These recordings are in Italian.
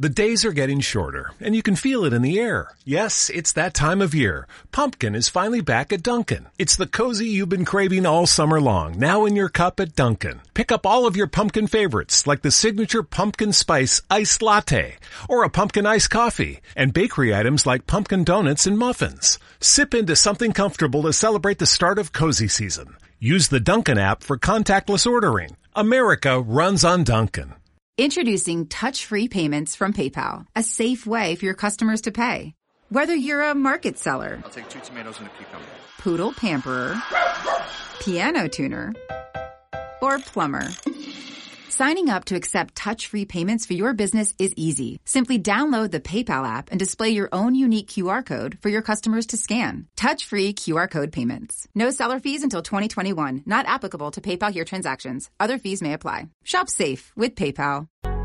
The days are getting shorter, and you can feel it in the air. Yes, it's that time of year. Pumpkin is finally back at Dunkin'. It's the cozy you've been craving all summer long, now in your cup at Dunkin'. Pick up all of your pumpkin favorites, like the signature pumpkin spice iced latte, or a pumpkin iced coffee, and bakery items like pumpkin donuts and muffins. Sip into something comfortable to celebrate the start of cozy season. Use the Dunkin' app for contactless ordering. America runs on Dunkin'. Introducing touch-free payments from PayPal, a safe way for your customers to pay. Whether you're a market seller, I'll take 2 tomatoes and a cucumber, poodle pamperer, piano tuner, or plumber, signing up to accept touch-free payments for your business is easy. Simply download the PayPal app and display your own unique QR code for your customers to scan. Touch-free QR code payments. No seller fees until 2021. Not applicable to PayPal Here transactions. Other fees may apply. Shop safe with PayPal.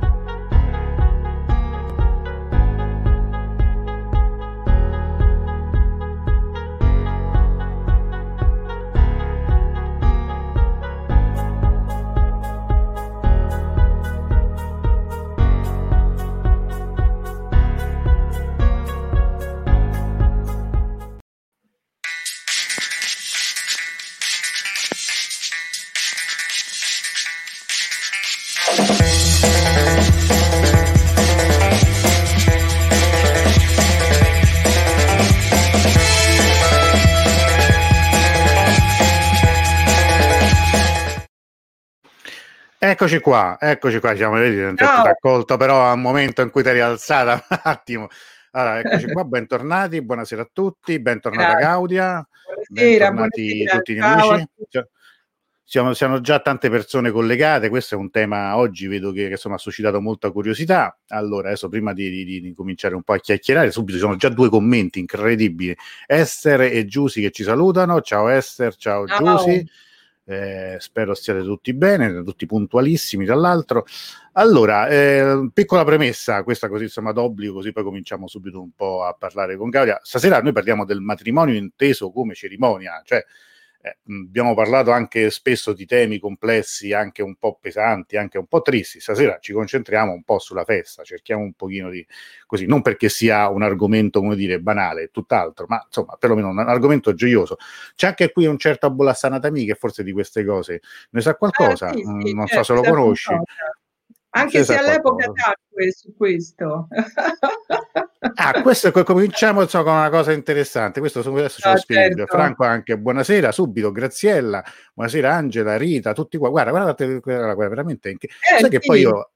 Eccoci qua, diciamo, vedi, non ti ho raccolto però a un momento in cui ti eri alzata un attimo. Allora, eccoci qua, bentornati, buonasera a tutti, bentornata Claudia, bentornati tutti gli amici. Siamo già tante persone collegate, questo è un tema oggi, vedo che insomma, ha suscitato molta curiosità. Allora, adesso prima di cominciare un po' a chiacchierare, subito ci sono già 2 commenti incredibili, Esther e Giusy che ci salutano. Ciao Esther, ciao Giusy. Spero stiate tutti bene, tutti puntualissimi tra l'altro. Allora, piccola premessa, questa così insomma d'obbligo, così poi cominciamo subito un po' a parlare con Claudia. Stasera noi parliamo del matrimonio inteso come cerimonia, cioè abbiamo parlato anche spesso di temi complessi, anche un po' pesanti, anche un po' tristi. Stasera ci concentriamo un po' sulla festa, cerchiamo un pochino di così, non perché sia un argomento, come dire, banale, tutt'altro, ma insomma, perlomeno un argomento gioioso. C'è anche qui un certo Abbolassanatami che forse di queste cose ne sa qualcosa, sì, non certo, so se lo conosci. Anche se all'epoca tacque su questo. Questo cominciamo insomma, con una cosa interessante. Questo adesso ce lo spiego. Certo. Franco anche buonasera, subito Graziella, buonasera Angela, Rita, tutti qua. Guardate veramente. Sai che poi io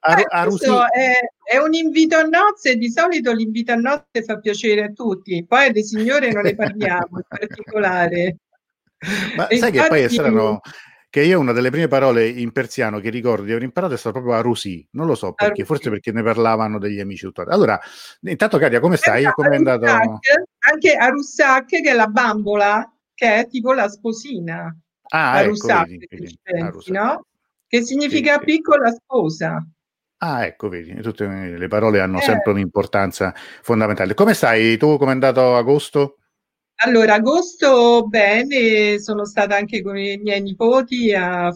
è un invito a nozze, di solito l'invito a nozze fa piacere a tutti, poi alle signore non ne parliamo in particolare. Ma sai che poi saranno che io una delle prime parole in persiano che ricordo di aver imparato è stata proprio Arusi, non lo so perché, forse perché ne parlavano degli amici tutori. Allora, intanto Katia, come stai? Come è andato? Anche Arussak, che è la bambola, che è tipo la sposina. Arussak, ecco, no? Che significa piccola sposa. Ecco, vedi, tutte le parole hanno sempre un'importanza fondamentale. Come stai? Tu come è andato agosto? Allora, agosto bene, sono stata anche con i miei nipoti a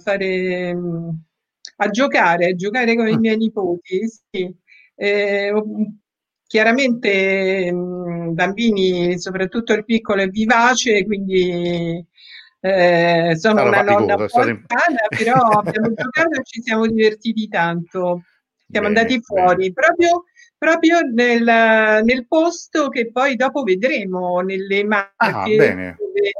giocare con i miei nipoti, sì. Chiaramente bambini, soprattutto il piccolo è vivace, quindi sono una nonna un po' anziana, però abbiamo giocato e ci siamo divertiti tanto. Siamo andati fuori, proprio nel posto che poi dopo vedremo nelle Marche,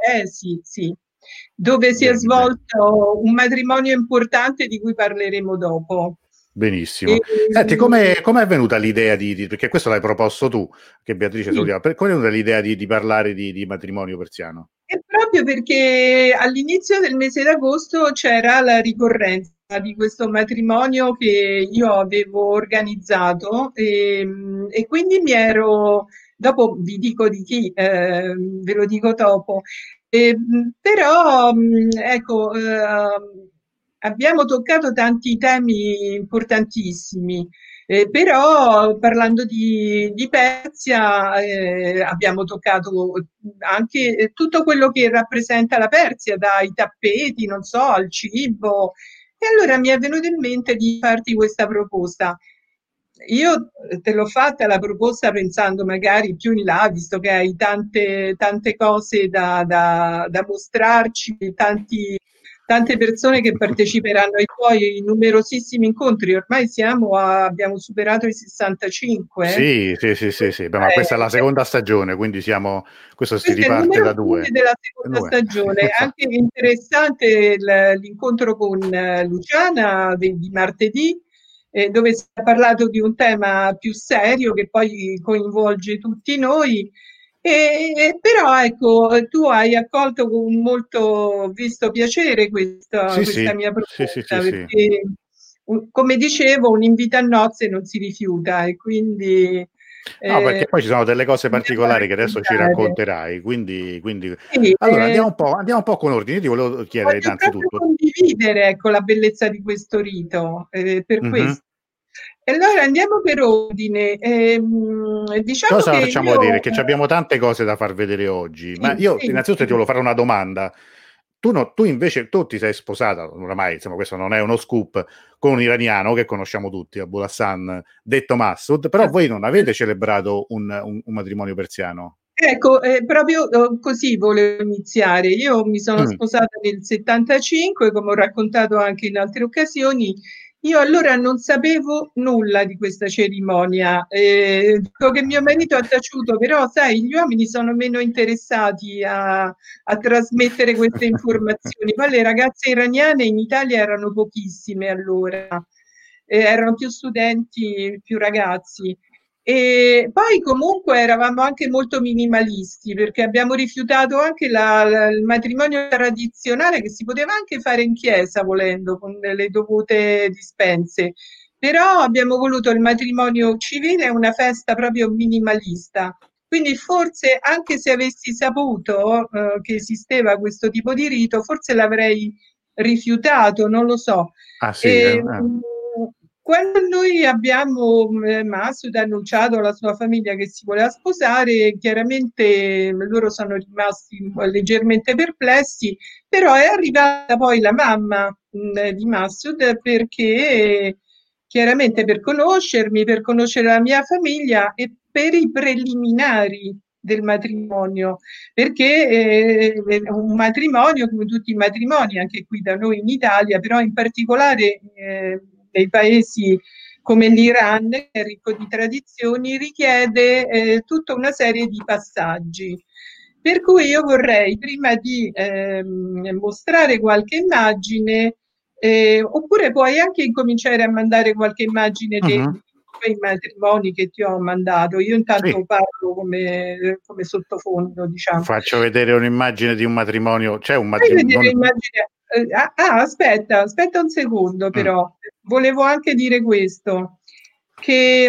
dove si è svolto un matrimonio importante di cui parleremo dopo. Benissimo. Senti, come è venuta l'idea perché questo l'hai proposto tu, che Beatrice salutiamo, come è venuta l'idea di parlare di matrimonio persiano? È proprio perché all'inizio del mese d'agosto c'era la ricorrenza di questo matrimonio che io avevo organizzato e quindi dopo vi dico di chi, ve lo dico dopo, però ecco, abbiamo toccato tanti temi importantissimi. Però parlando di Persia abbiamo toccato anche tutto quello che rappresenta la Persia, dai tappeti, non so, al cibo. E allora mi è venuto in mente di farti questa proposta. io te l'ho fatta la proposta pensando magari più in là, visto che hai tante cose da mostrarci, tante persone che parteciperanno ai tuoi numerosissimi incontri. Ormai abbiamo superato i 65. Sì. Beh, ma questa è la seconda stagione, quindi questo si riparte da 2. Della seconda stagione. Anche interessante l'incontro con Luciana di martedì, dove si è parlato di un tema più serio che poi coinvolge tutti noi. Però ecco, tu hai accolto con molto visto piacere questa mia proposta, perché come dicevo, un invito a nozze non si rifiuta, e quindi no, perché poi ci sono delle cose particolari che adesso ci racconterai, quindi sì, allora andiamo un po' con ordine. Io ti volevo chiedere voglio proprio innanzitutto condividere, ecco, la bellezza di questo rito, per questo. E allora andiamo per ordine. Diciamo cosa che facciamo vedere? Che abbiamo tante cose da far vedere oggi, ma io innanzitutto ti volevo fare una domanda. Tu invece ti sei sposata, oramai insomma questo non è uno scoop, con un iraniano che conosciamo tutti, Abu Hassan, detto Massoud, però voi non avete celebrato un matrimonio persiano? Ecco, proprio così volevo iniziare. Io mi sono sposata nel 75, come ho raccontato anche in altre occasioni. Io allora non sapevo nulla di questa cerimonia. Dico che mio marito ha taciuto, però sai, gli uomini sono meno interessati a trasmettere queste informazioni. Poi le ragazze iraniane in Italia erano pochissime allora, erano più studenti, più ragazzi. E poi comunque eravamo anche molto minimalisti, perché abbiamo rifiutato anche il matrimonio tradizionale, che si poteva anche fare in chiesa volendo, con le dovute dispense, però abbiamo voluto il matrimonio civile, una festa proprio minimalista. Quindi forse, anche se avessi saputo che esisteva questo tipo di rito, forse l'avrei rifiutato, non lo so. Ah sì, Quando noi abbiamo, Massoud ha annunciato alla sua famiglia che si voleva sposare, chiaramente loro sono rimasti leggermente perplessi, però è arrivata poi la mamma di Massoud, perché chiaramente per conoscermi, per conoscere la mia famiglia e per i preliminari del matrimonio, perché è un matrimonio come tutti i matrimoni, anche qui da noi in Italia, però in particolare nei paesi come l'Iran, che è ricco di tradizioni, richiede tutta una serie di passaggi. Per cui io vorrei, prima di mostrare qualche immagine, oppure puoi anche incominciare a mandare qualche immagine dei matrimoni che ti ho mandato. Io intanto parlo come sottofondo, diciamo. Faccio vedere un'immagine di un matrimonio. C'è un matrimonio. Aspetta un secondo, però volevo anche dire questo, che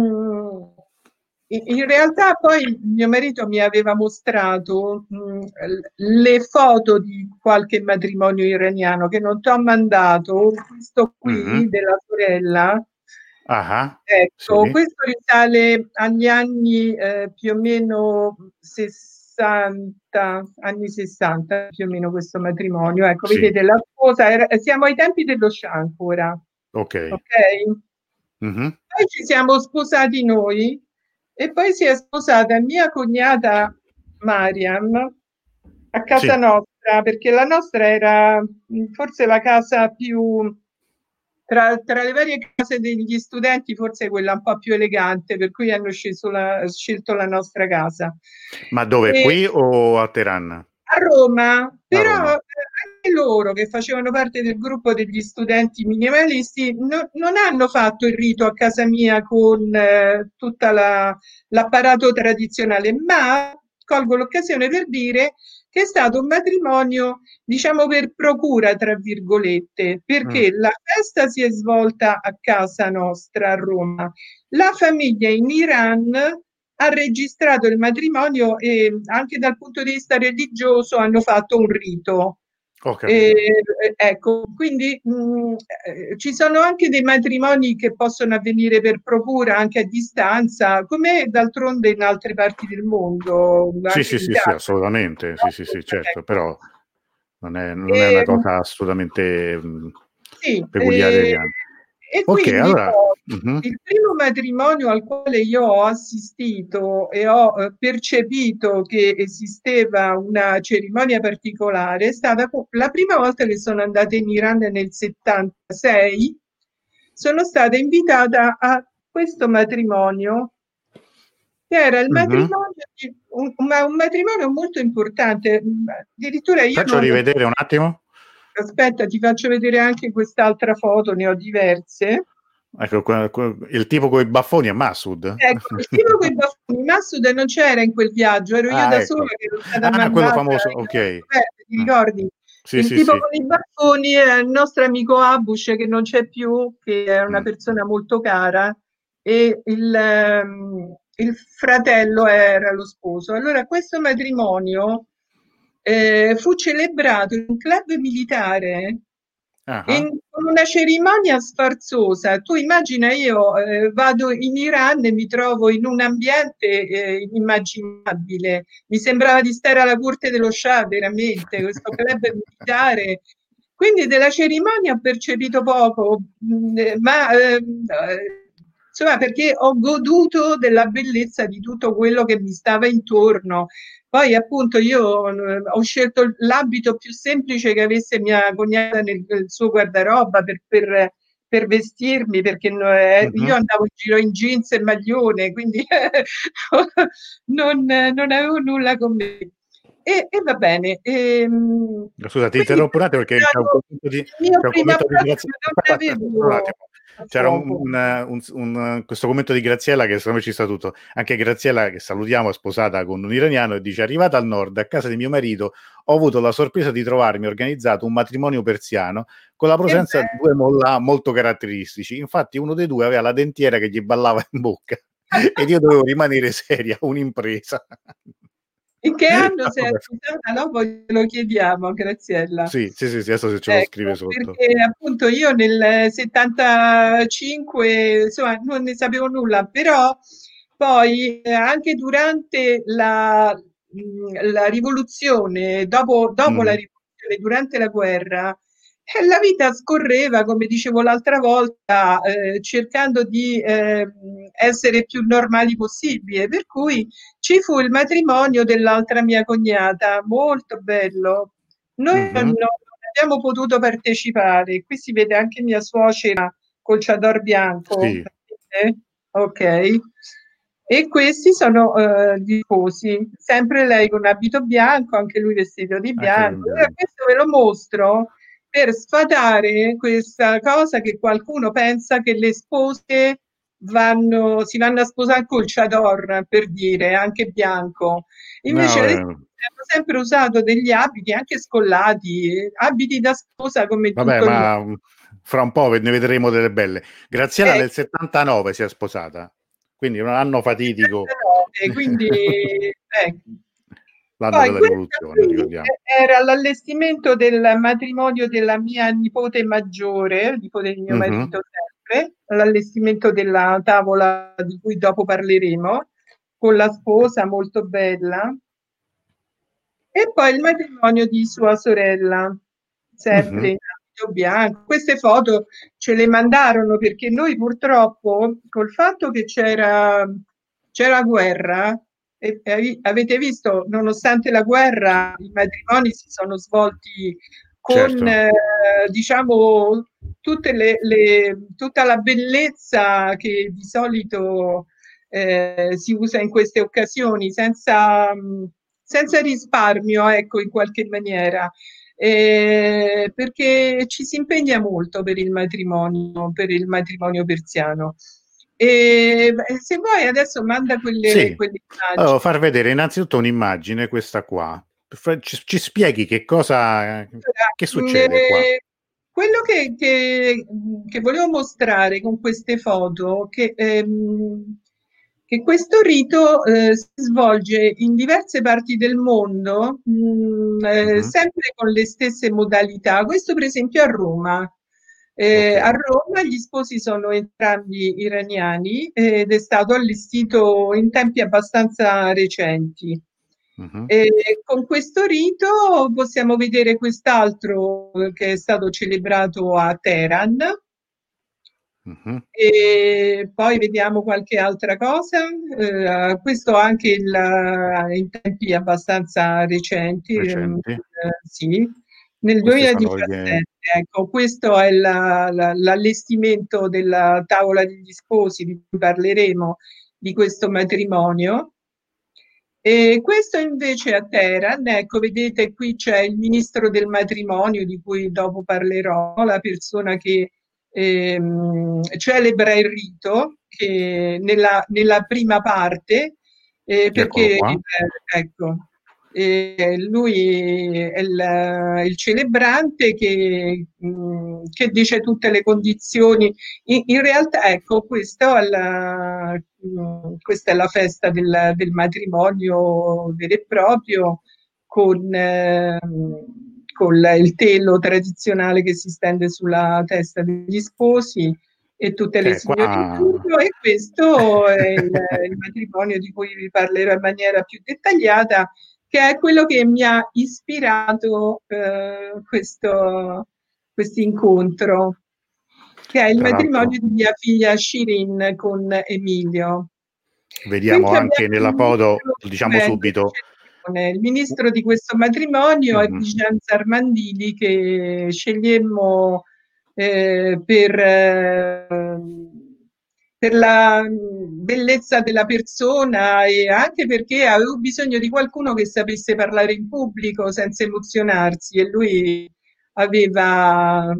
in realtà poi mio marito mi aveva mostrato le foto di qualche matrimonio iraniano che non ti ho mandato, questo qui della sorella. Ecco, questo risale agli anni più o meno 60, anni 60, più o meno questo matrimonio. Ecco, vedete, la sposa, siamo ai tempi dello Shah ancora. Ok? Poi ci siamo sposati noi e poi si è sposata mia cognata Mariam a casa nostra, perché la nostra era forse la casa più... Tra le varie case degli studenti, forse quella un po' più elegante, per cui hanno scelto la nostra casa. Ma dove? Qui o a Teheran? A Roma, però anche loro che facevano parte del gruppo degli studenti minimalisti non hanno fatto il rito a casa mia con tutta l'apparato tradizionale, ma colgo l'occasione per dire che è stato un matrimonio, diciamo, per procura, tra virgolette, perché la festa si è svolta a casa nostra a Roma, la famiglia in Iran ha registrato il matrimonio e anche dal punto di vista religioso hanno fatto un rito. Ecco, quindi ci sono anche dei matrimoni che possono avvenire per procura anche a distanza, come d'altronde in altre parti del mondo. Sì, assolutamente, sì, certo, però non è una cosa assolutamente peculiare. E quindi allora, il primo matrimonio al quale io ho assistito e ho percepito che esisteva una cerimonia particolare è stata la prima volta che sono andata in Iran nel 76. Sono stata invitata a questo matrimonio, che era il matrimonio un matrimonio molto importante. Addirittura io faccio rivedere un attimo. Aspetta, ti faccio vedere anche quest'altra foto, ne ho diverse. Ecco, il tipo con i baffoni è Massoud. Ecco, il tipo con i baffoni, Massoud non c'era in quel viaggio, ero io da sola che ero stata mandata. Quello famoso, ok. Ti ricordi? Sì, il sì, tipo sì. con i baffoni era il nostro amico Abush, che non c'è più, che è una persona molto cara, e il fratello era lo sposo. Allora, questo matrimonio fu celebrato in un club militare con una cerimonia sfarzosa. Tu immagina, io vado in Iran e mi trovo in un ambiente inimmaginabile. Mi sembrava di stare alla corte dello Shah, veramente, questo club militare. Quindi della cerimonia ho percepito poco, ma insomma, perché ho goduto della bellezza di tutto quello che mi stava intorno. Poi appunto io ho scelto l'abito più semplice che avesse mia cognata nel suo guardaroba per vestirmi, perché io andavo in giro in jeans e maglione, quindi non avevo nulla con me. E va bene. Scusa, ti interrompo un attimo perché c'è un commento di Graziella. Questo commento di Graziella che secondo me ci sta tutto. Anche Graziella, che salutiamo, è sposata con un iraniano e dice: arrivata al nord, a casa di mio marito, ho avuto la sorpresa di trovarmi organizzato un matrimonio persiano con la presenza di due mullah molto caratteristici. Infatti uno dei due aveva la dentiera che gli ballava in bocca ed io dovevo rimanere seria, un'impresa. In che anno sei sposata? No, poi lo chiediamo, Graziella. Sì, adesso se ce lo scrive sotto. Perché appunto io nel 75, insomma, non ne sapevo nulla, però poi anche durante la rivoluzione, dopo la rivoluzione, durante la guerra, la vita scorreva, come dicevo l'altra volta, cercando di essere più normali possibile, per cui ci fu il matrimonio dell'altra mia cognata, molto bello. Noi non abbiamo potuto partecipare, qui si vede anche mia suocera col chador bianco. Sì. Ok. E questi sono gli sposi, sempre lei con abito bianco, anche lui vestito di bianco. Questo ve lo mostro per sfatare questa cosa che qualcuno pensa che le spose si vanno a sposare col chador, per dire, anche bianco. Invece hanno sempre usato degli abiti anche scollati, abiti da sposa come vabbè, tutto ma fra un po' ne vedremo delle belle. Graziella nel 79 si è sposata, quindi un anno fatidico. 79, quindi l'anno della rivoluzione, ricordiamo. Era l'allestimento del matrimonio della mia nipote maggiore, nipote di mio marito sempre, l'allestimento della tavola di cui dopo parleremo, con la sposa molto bella. E poi il matrimonio di sua sorella, sempre in abito bianco. Queste foto ce le mandarono perché noi purtroppo, col fatto che c'era guerra, avete visto, nonostante la guerra, i matrimoni si sono svolti con, diciamo, tutta la bellezza che di solito si usa in queste occasioni, senza risparmio, ecco, in qualche maniera, perché ci si impegna molto per il matrimonio persiano. E se vuoi adesso manda quelle immagini. Allora, far vedere innanzitutto un'immagine, questa qua. Ci spieghi che cosa che succede qua? Quello che volevo mostrare con queste foto, che questo rito si svolge in diverse parti del mondo, sempre con le stesse modalità. Questo per esempio a Roma. A Roma gli sposi sono entrambi iraniani ed è stato allestito in tempi abbastanza recenti. Con questo rito possiamo vedere quest'altro che è stato celebrato a Teheran. E poi vediamo qualche altra cosa. Questo anche in tempi abbastanza recenti. Sì, nel Questi 2017. Ecco, questo è l'allestimento della tavola degli sposi di cui parleremo, di questo matrimonio. E questo invece a Teheran, ecco, vedete qui c'è il ministro del matrimonio di cui dopo parlerò, la persona che celebra il rito che nella prima parte, perché ecco, lui è il celebrante che dice tutte le condizioni. In realtà, ecco, questa è la festa del matrimonio vero e proprio, con il telo tradizionale che si stende sulla testa degli sposi e tutte le signore in tutto, e questo è il matrimonio di cui vi parlerò in maniera più dettagliata, che è quello che mi ha ispirato questo incontro, che è il matrimonio di mia figlia Shirin con Emilio. Vediamo anche nella foto, diciamo subito. Il ministro di questo matrimonio è Vincenzo Armandini, che scegliemmo per la bellezza della persona e anche perché avevo bisogno di qualcuno che sapesse parlare in pubblico senza emozionarsi, e lui aveva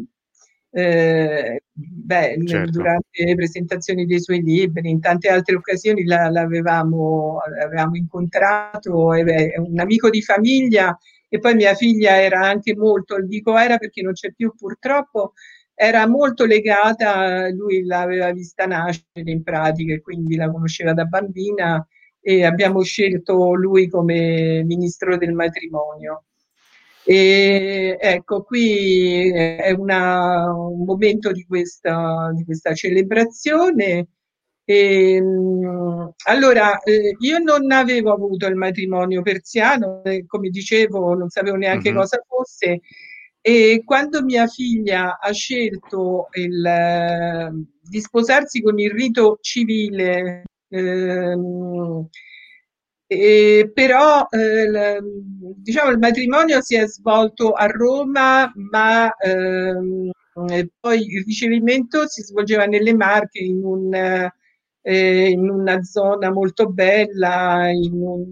durante le presentazioni dei suoi libri, in tante altre occasioni l'avevamo incontrato, è un amico di famiglia, e poi mia figlia era anche molto, dico era perché non c'è più purtroppo, era molto legata, lui l'aveva vista nascere in pratica e quindi la conosceva da bambina, e abbiamo scelto lui come ministro del matrimonio. E ecco, qui è un momento di questa celebrazione. Allora, io non avevo avuto il matrimonio persiano, come dicevo, non sapevo neanche cosa fosse, e quando mia figlia ha scelto di sposarsi con il rito civile, però diciamo il matrimonio si è svolto a Roma, ma poi il ricevimento si svolgeva nelle Marche, in una zona molto bella, in un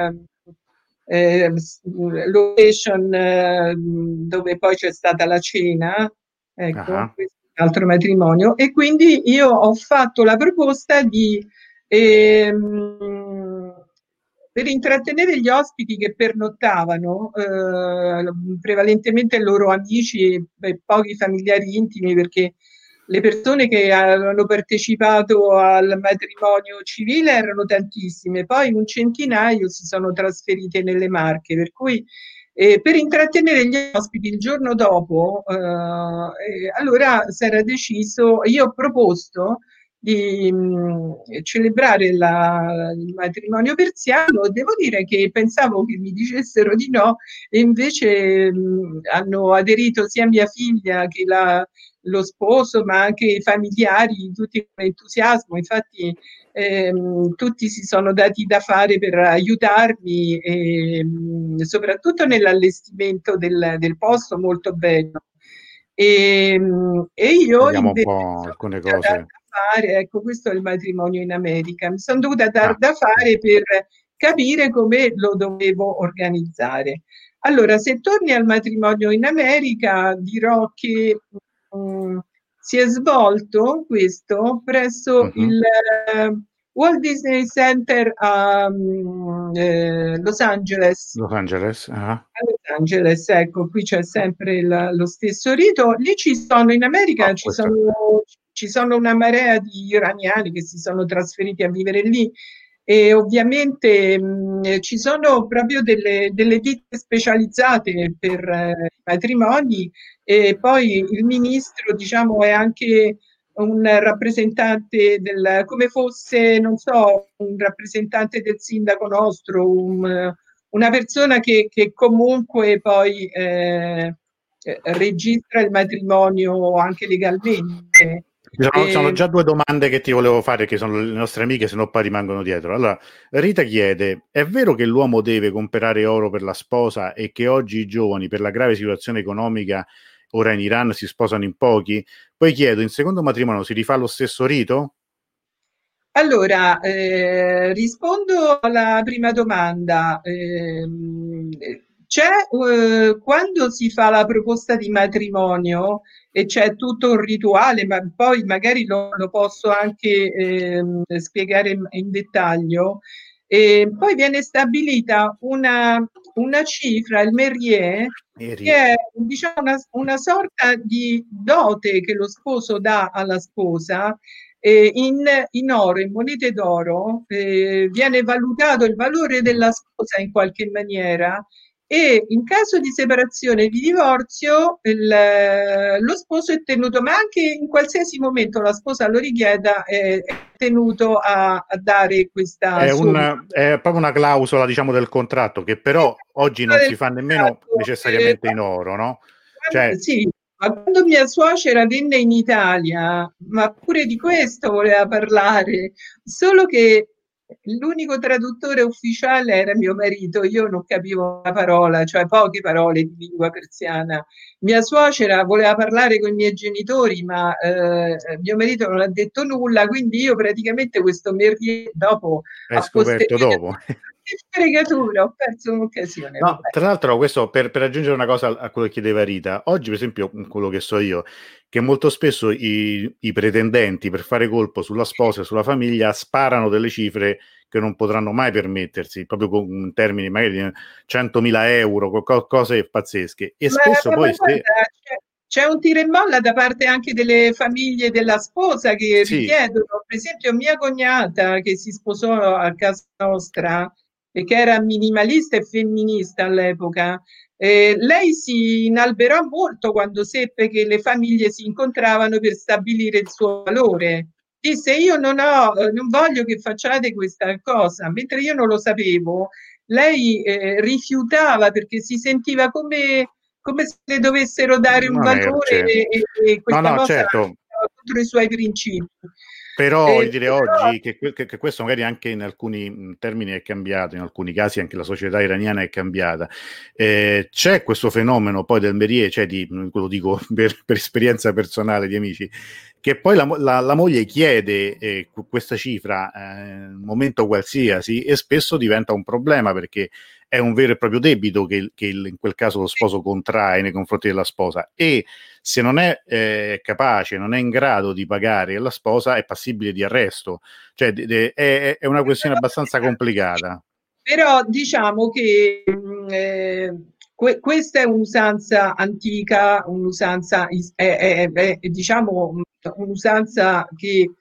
location dove poi c'è stata la cena, ecco, questo è un altro matrimonio, e quindi io ho fatto la proposta di per intrattenere gli ospiti che pernottavano, prevalentemente loro amici e pochi familiari intimi, perché le persone che avevano partecipato al matrimonio civile erano tantissime, poi un centinaio si sono trasferite nelle Marche, per cui per intrattenere gli ospiti il giorno dopo, allora si era deciso, io ho proposto di celebrare il matrimonio persiano. Devo dire che pensavo che mi dicessero di no, e invece hanno aderito sia mia figlia che lo sposo, ma anche i familiari, tutti con entusiasmo. Infatti tutti si sono dati da fare per aiutarmi, soprattutto nell'allestimento del posto molto bello. E io vediamo invece un po' alcune cose. Ecco, questo è il matrimonio in America. Mi sono dovuta dar da fare per capire come lo dovevo organizzare. Allora, se torni al matrimonio in America, dirò che si è svolto questo presso il Walt Disney Center a Los Angeles. Los Angeles, A Los Angeles, ecco, qui c'è sempre lo stesso rito. Lì ci sono, in America ci sono una marea di iraniani che si sono trasferiti a vivere lì, e ovviamente ci sono proprio delle ditte specializzate per i matrimoni, e poi il ministro, diciamo, è anche un rappresentante come fosse, non so, un rappresentante del sindaco nostro, una persona che comunque poi registra il matrimonio anche legalmente. Sono già due domande che ti volevo fare, che sono le nostre amiche, se no poi rimangono dietro. Allora, Rita chiede: è vero che l'uomo deve comprare oro per la sposa e che oggi i giovani, per la grave situazione economica ora in Iran, si sposano in pochi? Poi chiedo: in secondo matrimonio si rifà lo stesso rito? Allora, rispondo alla prima domanda. Quando si fa la proposta di matrimonio e c'è tutto un rituale, ma poi magari lo posso anche spiegare in dettaglio, e poi viene stabilita una cifra, il merier, che è diciamo una sorta di dote che lo sposo dà alla sposa in oro, in monete d'oro, viene valutato il valore della sposa in qualche maniera e in caso di separazione e di divorzio lo sposo è tenuto, ma anche in qualsiasi momento la sposa lo richieda, è tenuto a dare questa somma. È proprio una clausola, diciamo, del contratto, che però oggi non si fa nemmeno necessariamente in oro, no? Cioè, Sì, ma quando mia suocera venne in Italia, ma pure di questo voleva parlare, solo che l'unico traduttore ufficiale era mio marito, io non capivo una parola, cioè poche parole di lingua persiana. Mia suocera voleva parlare con i miei genitori, ma mio marito non ha detto nulla, quindi io praticamente questo merier dopo hai a scoperto posteriori dopo. che fregatura, ho perso un'occasione. No, Vabbè. tra l'altro, questo per aggiungere una cosa a quello che chiedeva Rita, oggi, per esempio, quello che so io, che molto spesso i pretendenti per fare colpo sulla sposa e sulla famiglia sparano delle cifre che non potranno mai permettersi, proprio con termini magari di 100.000 euro, cose pazzesche. E spesso Ma poi se guarda, c'è un tiro e molla da parte anche delle famiglie della sposa che sì, richiedono, per esempio mia cognata che si sposò a casa nostra e che era minimalista e femminista all'epoca, lei si inalberò molto quando seppe che le famiglie si incontravano per stabilire il suo valore. Disse: io non voglio che facciate questa cosa, mentre io non lo sapevo. Lei rifiutava perché si sentiva come se le dovessero dare un una valore merce. e No, questa no, cosa certo. andava contro i suoi principi. Però voglio dire Però oggi che questo magari anche in alcuni termini è cambiato, in alcuni casi anche la società iraniana è cambiata. C'è questo fenomeno poi del Merier, cioè lo dico per esperienza personale di amici, che poi la moglie chiede questa cifra in un momento qualsiasi e spesso diventa un problema perché è un vero e proprio debito che in quel caso lo sposo contrae nei confronti della sposa e se non è capace, non è in grado di pagare la sposa, è passibile di arresto. Cioè, è una questione abbastanza complicata. Però diciamo che questa è un'usanza antica, un'usanza, diciamo, un'usanza che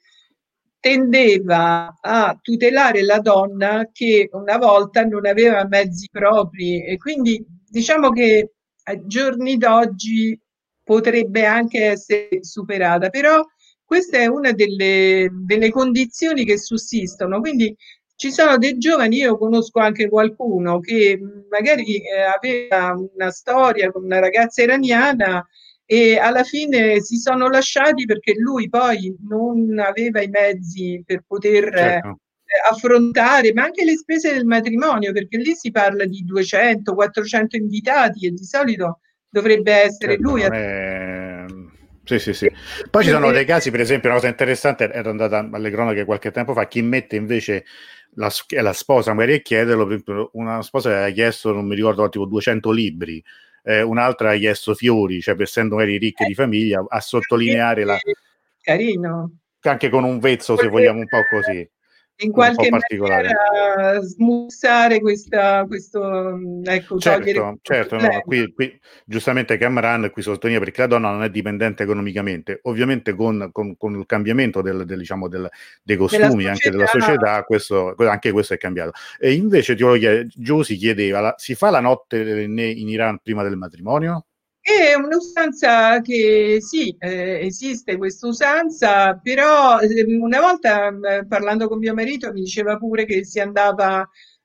tendeva a tutelare la donna che una volta non aveva mezzi propri e quindi diciamo che ai giorni d'oggi potrebbe anche essere superata, però questa è una delle condizioni che sussistono, quindi ci sono dei giovani, io conosco anche qualcuno che magari aveva una storia con una ragazza iraniana e alla fine si sono lasciati perché lui poi non aveva i mezzi per poter Certo. affrontare, ma anche le spese del matrimonio, perché lì si parla di 200-400 invitati e di solito dovrebbe essere Certo, lui a... non è... Sì, sì, sì. Poi ci sono dei casi, per esempio, una cosa interessante, era andata alle cronache qualche tempo fa, chi mette invece la sposa magari a chiederlo, per esempio, una sposa aveva chiesto, non mi ricordo, tipo 200 libri, un'altra ha chiesto fiori, cioè essendo magari ricche di famiglia, a sottolineare Carino. anche con un vezzo, se vogliamo, un po' così, In un po' qualche particolare. maniera smussare questo, ecco, togliere Certo, questo certo, no, problema. qui giustamente Camran qui sottolinea perché la donna non è dipendente economicamente, ovviamente con il cambiamento diciamo, dei Della costumi anche della società società, anche questo è cambiato. E invece ti volevo chiedere, Giusy chiedeva, si fa la notte in Iran prima del matrimonio? è un'usanza che sì, esiste questa usanza, però una volta parlando con mio marito mi diceva pure che si andava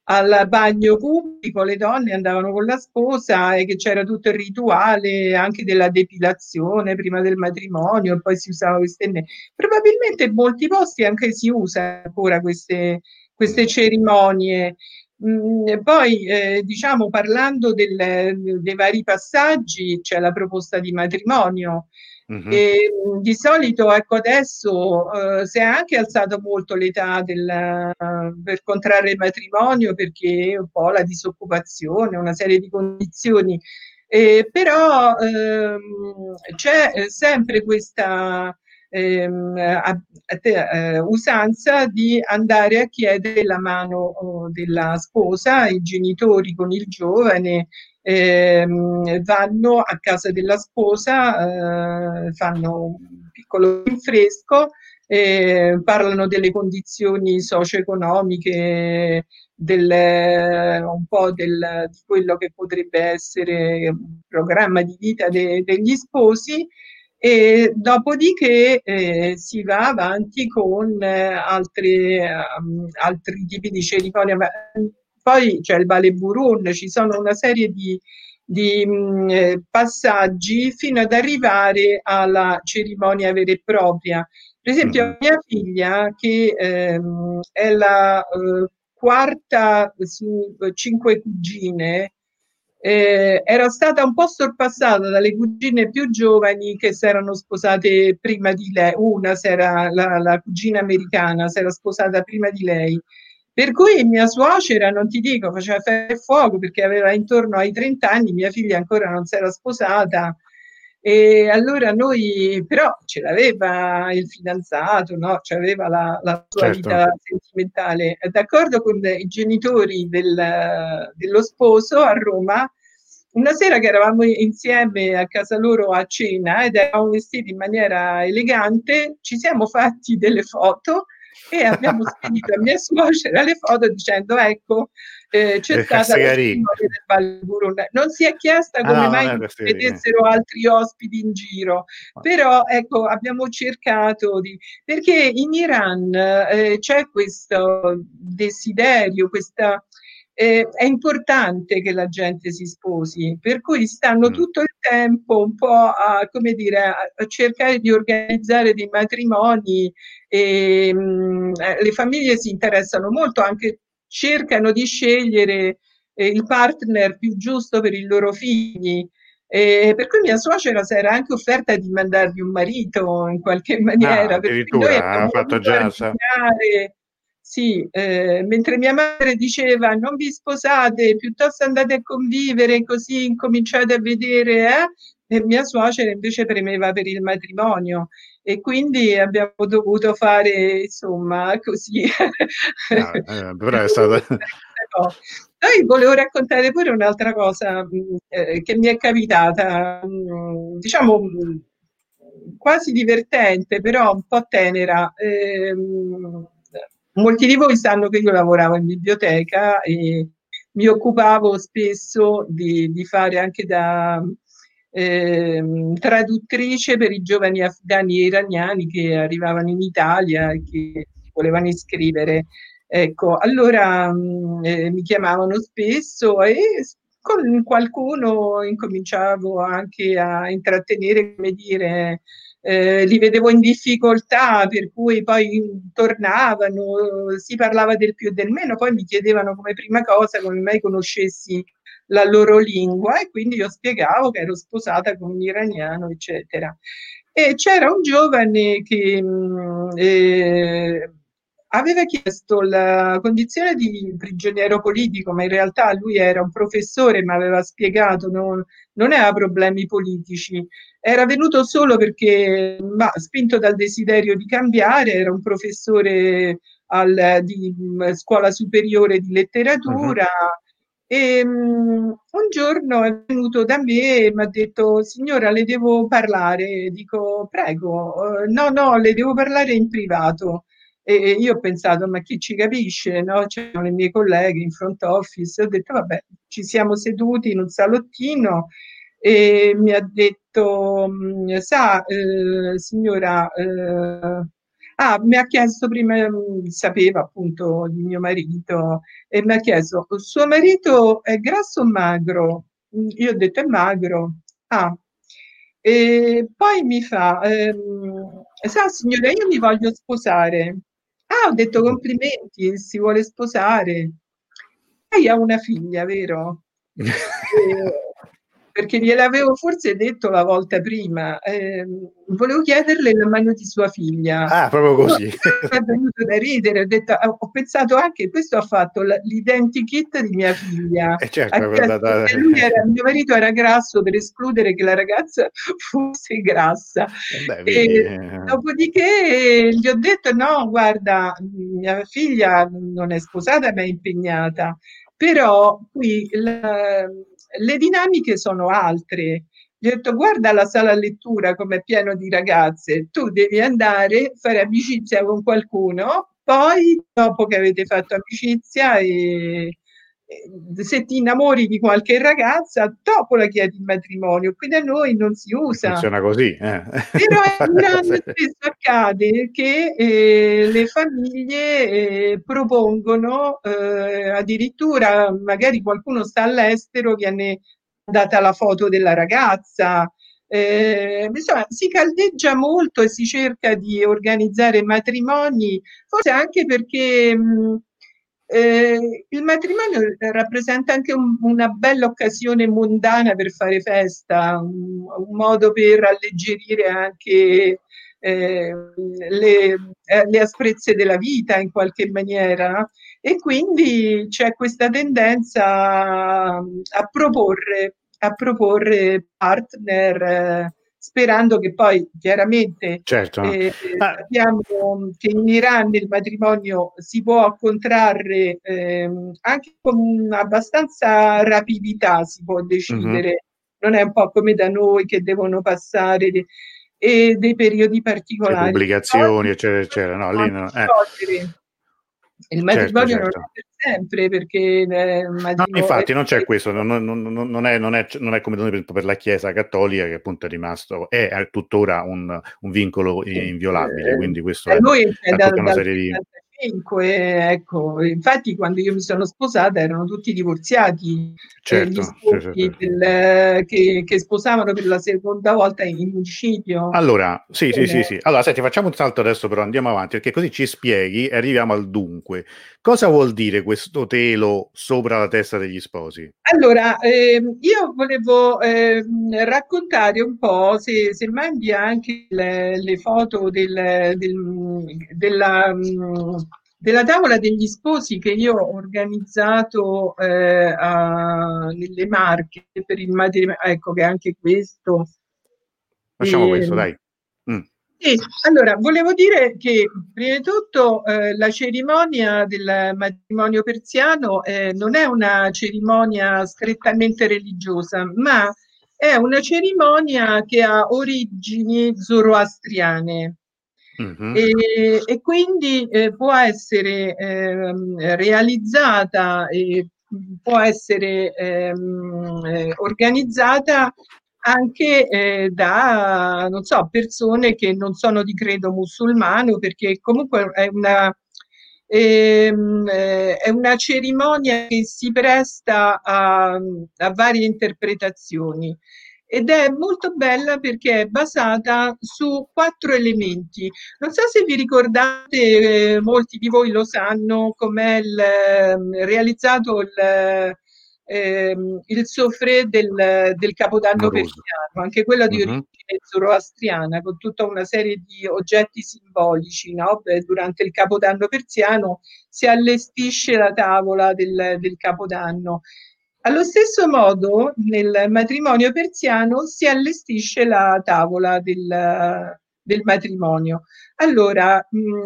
al bagno pubblico, le donne andavano con la sposa e che c'era tutto il rituale anche della depilazione prima del matrimonio, e poi si usava queste. Probabilmente in molti posti anche si usa ancora queste cerimonie. Poi, diciamo, parlando dei vari passaggi, c'è la proposta di matrimonio. E di solito, ecco, adesso si è anche alzato molto l'età per contrarre il matrimonio, perché un po' la disoccupazione, una serie di condizioni, però c'è sempre questa usanza di andare a chiedere la mano della sposa. I genitori con il giovane vanno a casa della sposa, fanno un piccolo rinfresco, parlano delle condizioni socio-economiche, un po' di quello che potrebbe essere un programma di vita degli sposi, e dopodiché si va avanti con altri tipi di cerimonie. Poi c'è il Vale Burun, ci sono una serie di passaggi fino ad arrivare alla cerimonia vera e propria. Per esempio, mia figlia, che è la quarta su 5 cugine, era stata un po' sorpassata dalle cugine più giovani che si erano sposate prima di lei. Una, la cugina americana, si era sposata prima di lei. Per cui mia suocera, non ti dico, faceva ferro e fuoco, perché aveva intorno ai 30 anni, mia figlia ancora non si era sposata. E allora noi, però ce l'aveva il fidanzato, no? C'aveva la sua vita sentimentale. D'accordo con i genitori dello sposo a Roma, una sera che eravamo insieme a casa loro a cena ed eravamo vestiti in maniera elegante, ci siamo fatti delle foto e abbiamo spedito a mia suocera le foto dicendo: ecco, c'è stata la cerimonia del Vale Burun. Non si è chiesta come mai vedessero altri ospiti in giro, però ecco, abbiamo cercato perché in Iran c'è questo desiderio, è importante che la gente si sposi, per cui stanno tutto il tempo un po' come dire, a cercare di organizzare dei matrimoni, e le famiglie si interessano molto, anche cercano di scegliere il partner più giusto per i loro figli. Per cui mia suocera si era anche offerta di mandargli un marito in qualche maniera, per cui noi abbiamo fatto già. Sì, mentre mia madre diceva: non vi sposate, piuttosto andate a convivere, così incominciate a vedere, e mia suocera invece premeva per il matrimonio, e quindi abbiamo dovuto fare, insomma, così. Però è stata. Poi volevo raccontare pure un'altra cosa che mi è capitata, diciamo quasi divertente, però un po' tenera. Molti di voi sanno che io lavoravo in biblioteca e mi occupavo spesso di fare anche da traduttrice per i giovani afghani e iraniani che arrivavano in Italia e che volevano iscrivere. Ecco, allora mi chiamavano spesso e con qualcuno incominciavo anche a intrattenere, come dire, li vedevo in difficoltà, per cui poi tornavano, si parlava del più e del meno, poi mi chiedevano come prima cosa come mai conoscessi la loro lingua, e quindi io spiegavo che ero sposata con un iraniano, eccetera. E c'era un giovane che aveva chiesto la condizione di prigioniero politico, ma in realtà lui era un professore, ma aveva spiegato non aveva problemi politici, era venuto solo perché, spinto dal desiderio di cambiare, era un professore di scuola superiore di letteratura. E un giorno è venuto da me e mi ha detto: signora, le devo parlare. Dico: prego. No, le devo parlare in privato. E io ho pensato: ma chi ci capisce, no? C'erano le mie colleghe in front office. Ho detto: vabbè, ci siamo seduti in un salottino e mi ha detto: sa, signora, Mi ha chiesto prima, sapeva appunto di mio marito e mi ha chiesto: suo marito è grasso o magro? Io ho detto è magro. Ah, e poi mi fa, sa signora, io mi voglio sposare. Ho detto complimenti, si vuole sposare. Lei ha una figlia, vero? Perché gliel'avevo forse detto la volta prima, volevo chiederle la mano di sua figlia. Proprio così. È venuto da ridere, ho pensato anche, questo ha fatto l'identikit di mia figlia. Certo, Ha chiesto se mio marito era grasso per escludere che la ragazza fosse grassa. Vedi. Dopodiché gli ho detto: no, guarda, mia figlia non è sposata ma è impegnata, però qui le dinamiche sono altre. Gli ho detto: guarda la sala lettura come è pieno di ragazze, tu devi andare, fare amicizia con qualcuno, poi dopo che avete fatto amicizia se ti innamori di qualche ragazza, dopo la chiedi in matrimonio. Qui da noi non si usa. Funziona così. Però in Iran spesso accade che le famiglie propongono, addirittura magari qualcuno sta all'estero, viene data la foto della ragazza. Insomma, si caldeggia molto e si cerca di organizzare matrimoni, forse anche perché il matrimonio rappresenta anche una bella occasione mondana per fare festa, un modo per alleggerire anche le asprezze della vita in qualche maniera, e quindi c'è questa tendenza a proporre partner, sperando che poi chiaramente Certo. sappiamo che in Iran il matrimonio si può contrarre anche con abbastanza rapidità, si può decidere, non è un po' come da noi che devono passare dei periodi Le particolari. pubblicazioni, eccetera, eccetera. No, lì no. Il Certo, matrimonio non è certo. per sempre, perché il No, infatti non c'è questo, non è come per la Chiesa cattolica, che appunto è tuttora un vincolo inviolabile, quindi questo da noi è ha tutta una dal serie di... 75, ecco. Infatti quando io mi sono sposata erano tutti divorziati, gli Certo, sposi che sposavano per la seconda volta in municipio. Allora, sì. Allora, senti, facciamo un salto adesso, però andiamo avanti, perché così ci spieghi e arriviamo al dunque. Cosa vuol dire questo telo sopra la testa degli sposi? Allora, io volevo raccontare un po', se mandi anche le foto della tavola degli sposi che io ho organizzato nelle Marche per il matrimonio, ecco che anche questo. Facciamo questo, dai. Sì, allora volevo dire che prima di tutto la cerimonia del matrimonio persiano non è una cerimonia strettamente religiosa, ma è una cerimonia che ha origini zoroastriane Mhm. e quindi può essere realizzata e può essere organizzata anche da, non so, persone che non sono di credo musulmano, perché comunque è una cerimonia che si presta a varie interpretazioni. Ed è molto bella perché è basata su 4 elementi. Non so se vi ricordate, molti di voi lo sanno, com'è realizzato il soffrè del Capodanno Amoroso. persiano, anche quello di Mhm. origine zoroastriana, con tutta una serie di oggetti simbolici, no? Durante il Capodanno persiano si allestisce la tavola del Capodanno. Allo stesso modo, nel matrimonio persiano si allestisce la tavola del matrimonio. Allora,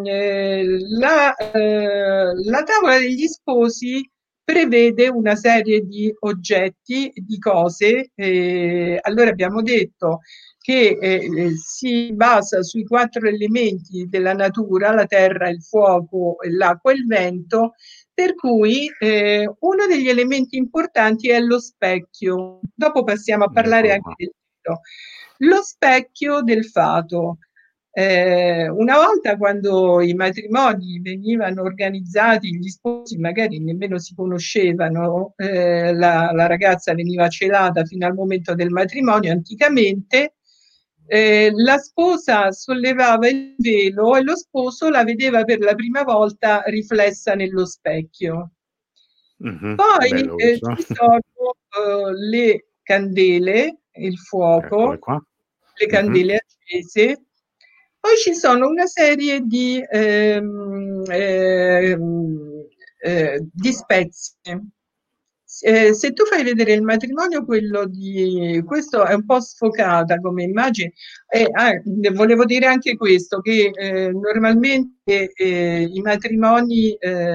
la tavola degli sposi prevede una serie di oggetti, di cose. Allora abbiamo detto che si basa sui 4 elementi della natura, la terra, il fuoco, l'acqua e il vento, per cui uno degli elementi importanti è lo specchio. Dopo passiamo a parlare Eccolo anche qua. del cielo. Lo specchio del fato. Una volta, quando i matrimoni venivano organizzati, gli sposi magari nemmeno si conoscevano, la ragazza veniva celata fino al momento del matrimonio. Anticamente la sposa sollevava il velo e lo sposo la vedeva per la prima volta riflessa nello specchio. Poi ci sono le candele, il fuoco, le candele accese. Poi ci sono una serie di spezie. Se tu fai vedere il matrimonio, questo è un po' sfocata come immagine. Volevo dire anche questo, che normalmente i matrimoni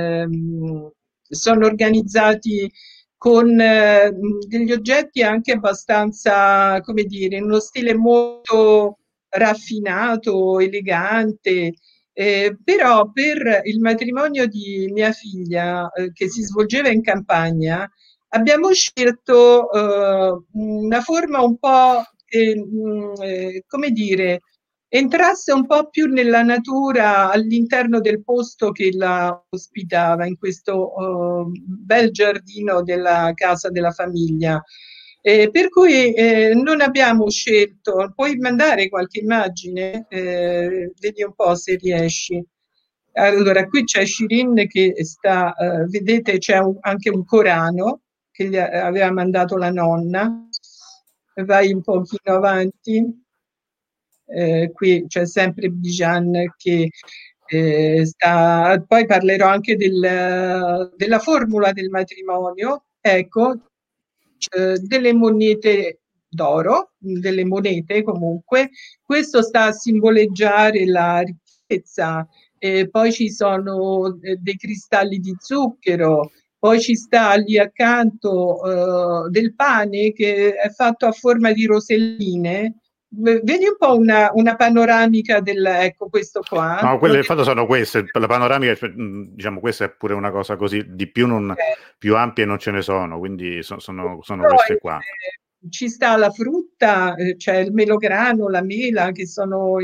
sono organizzati con degli oggetti anche abbastanza, come dire, in uno stile molto raffinato, elegante. Però per il matrimonio di mia figlia, che si svolgeva in campagna, abbiamo scelto una forma un po', come dire, entrasse un po' più nella natura all'interno del posto che la ospitava, in questo bel giardino della casa della famiglia. Per cui non abbiamo scelto. Puoi mandare qualche immagine? Vedi un po' se riesci. Allora, qui c'è Shirin che sta, vedete, c'è anche un Corano che gli aveva mandato la nonna. Vai un pochino avanti. Qui c'è sempre Bijan che sta. Poi parlerò anche della formula del matrimonio. Ecco, delle monete d'oro, delle monete comunque. Questo sta a simboleggiare la ricchezza. Poi ci sono dei cristalli di zucchero. Poi ci sta lì accanto del pane che è fatto a forma di roselline. Vedi un po' una panoramica ecco, questo qua. No, quelle del fatto sono queste, la panoramica, diciamo, questa è pure una cosa così, di più più ampie non ce ne sono, quindi sono queste qua. Ci sta la frutta, c'è il melograno, la mela, che sono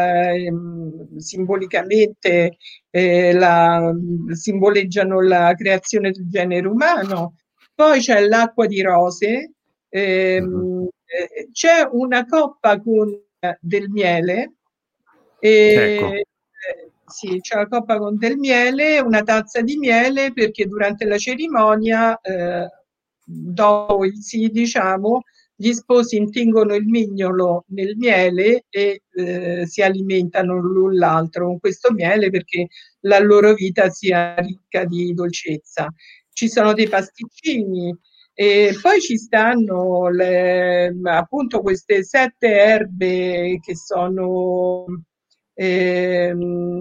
simbolicamente simboleggiano la creazione del genere umano. Poi c'è l'acqua di rose, c'è una coppa con del miele. Ecco. Sì, c'è la coppa con del miele, una tazza di miele, perché durante la cerimonia, dopo il sì, diciamo, gli sposi intingono il mignolo nel miele e si alimentano l'un l'altro con questo miele perché la loro vita sia ricca di dolcezza. Ci sono dei pasticcini. E poi ci stanno appunto queste 7 erbe che sono 7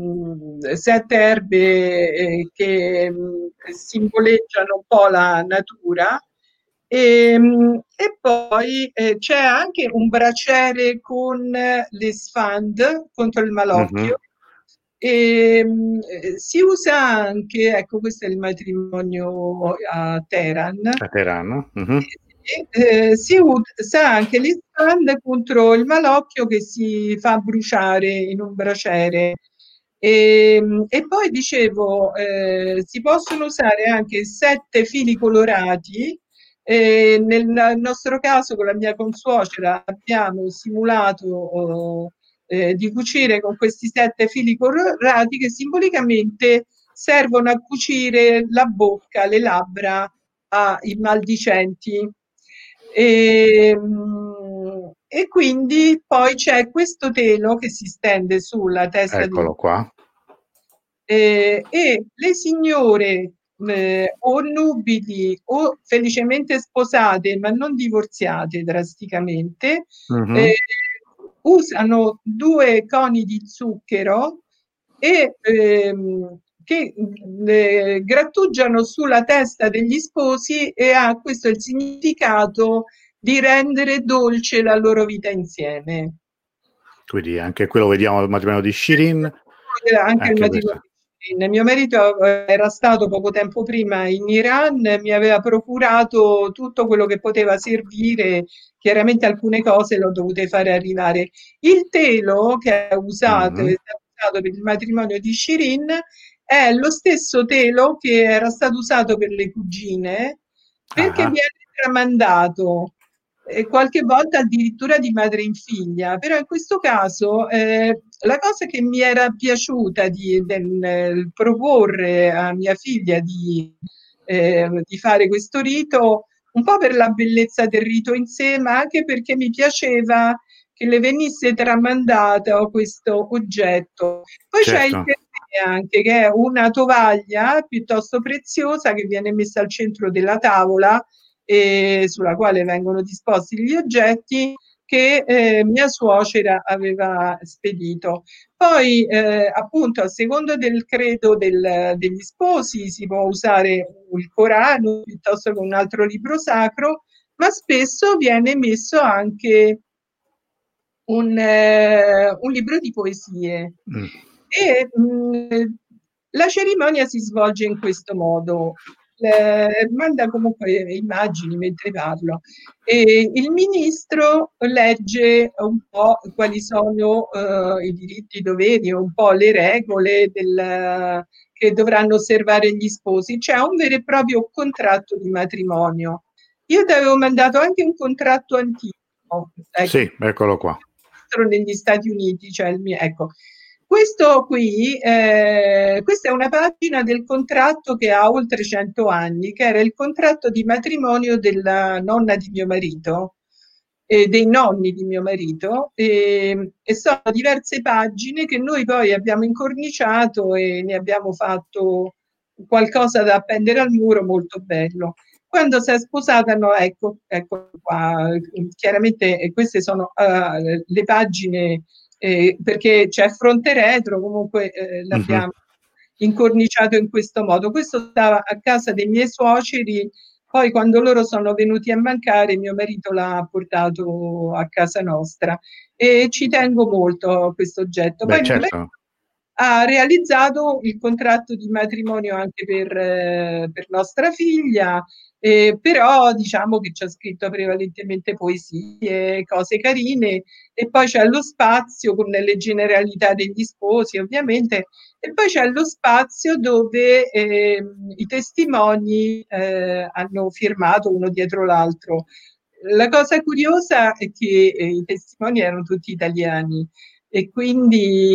erbe che simboleggiano un po' la natura. E poi c'è anche un braciere con le sfand contro il malocchio. E si usa anche, ecco, questo è il matrimonio a Teheran. A Teheran. Si usa anche l'isfand contro il malocchio che si fa bruciare in un braciere. E poi dicevo, si possono usare anche 7 fili colorati. Nel nostro caso, con la mia consuocera, abbiamo simulato di cucire con questi 7 fili colorati che simbolicamente servono a cucire la bocca, le labbra ai maldicenti. E quindi poi c'è questo telo che si stende sulla testa. Eccolo qua. E le signore o nubili o felicemente sposate ma non divorziate drasticamente, usano 2 coni di zucchero e che grattugiano sulla testa degli sposi, e ha questo il significato di rendere dolce la loro vita insieme. Quindi anche quello vediamo al matrimonio di Shirin. Anche il matrimonio di Shirin. Mio marito era stato poco tempo prima in Iran, mi aveva procurato tutto quello che poteva servire, chiaramente alcune cose l'ho dovute fare arrivare. Il telo che è usato, è stato usato per il matrimonio di Shirin è lo stesso telo che era stato usato per le cugine, perché viene tramandato. Qualche volta addirittura di madre in figlia, però in questo caso la cosa che mi era piaciuta del proporre a mia figlia di fare questo rito, un po' per la bellezza del rito in sé, ma anche perché mi piaceva che le venisse tramandato questo oggetto. Poi c'è il perché anche, che è una tovaglia piuttosto preziosa che viene messa al centro della tavola e sulla quale vengono disposti gli oggetti che mia suocera aveva spedito. Poi, appunto, a seconda del credo degli sposi si può usare il Corano piuttosto che un altro libro sacro, ma spesso viene messo anche un libro di poesie. E la cerimonia si svolge in questo modo. Manda comunque immagini mentre parlo. E il ministro legge un po' quali sono i diritti, i doveri, un po' le regole che dovranno osservare gli sposi. C'è un vero e proprio contratto di matrimonio. Io ti avevo mandato anche un contratto antico. Ecco. Sì, eccolo qua. Negli Stati Uniti, cioè il mio, ecco. Questo qui, questa è una pagina del contratto che ha oltre 100 anni, che era il contratto di matrimonio della nonna di mio marito, dei nonni di mio marito, e sono diverse pagine che noi poi abbiamo incorniciato e ne abbiamo fatto qualcosa da appendere al muro molto bello. Quando si è sposata, no, ecco qua, chiaramente queste sono le pagine, perché c'è fronte retro, comunque l'abbiamo incorniciato in questo modo. Questo stava a casa dei miei suoceri, poi quando loro sono venuti a mancare mio marito l'ha portato a casa nostra e ci tengo molto a questo oggetto. Poi certo. ha realizzato il contratto di matrimonio anche per nostra figlia, però diciamo che c'è scritto prevalentemente poesie, cose carine, e poi c'è lo spazio con le generalità degli sposi ovviamente, e poi c'è lo spazio dove i testimoni hanno firmato uno dietro l'altro. La cosa curiosa è che i testimoni erano tutti italiani e quindi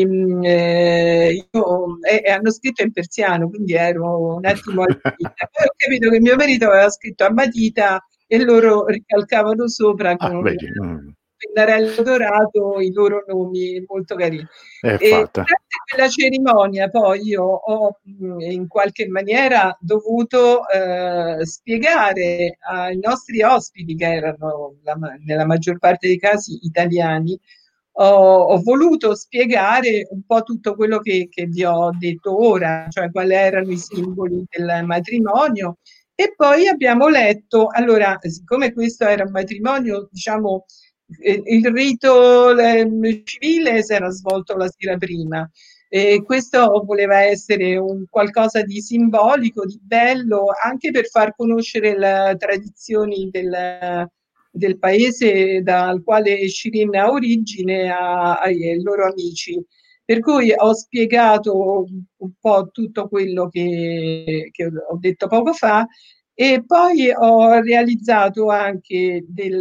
hanno scritto in persiano, quindi ero un attimo allibita. Poi ho capito che mio marito aveva scritto a matita e loro ricalcavano sopra con un pennarello dorato i loro nomi, molto carini. E durante quella cerimonia poi io ho in qualche maniera dovuto spiegare ai nostri ospiti, che erano nella maggior parte dei casi italiani, ho voluto spiegare un po' tutto quello che vi ho detto ora, cioè quali erano i simboli del matrimonio. E poi abbiamo letto, allora, siccome questo era un matrimonio, diciamo, il rito civile si era svolto la sera prima. Questo voleva essere un qualcosa di simbolico, di bello, anche per far conoscere le tradizioni del paese dal quale Shirin ha origine ai loro amici. Per cui ho spiegato un po' tutto quello che ho detto poco fa e poi ho realizzato anche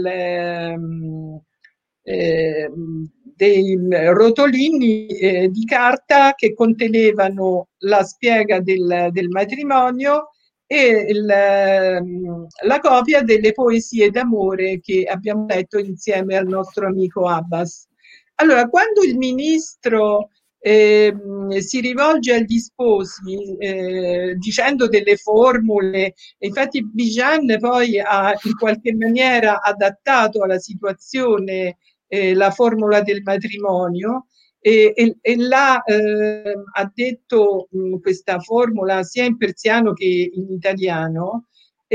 dei rotolini di carta che contenevano la spiega del matrimonio e la copia delle poesie d'amore che abbiamo letto insieme al nostro amico Abbas. Allora, quando il ministro si rivolge agli sposi dicendo delle formule, infatti Bijan poi ha in qualche maniera adattato alla situazione la formula del matrimonio e ha detto questa formula sia in persiano che in italiano.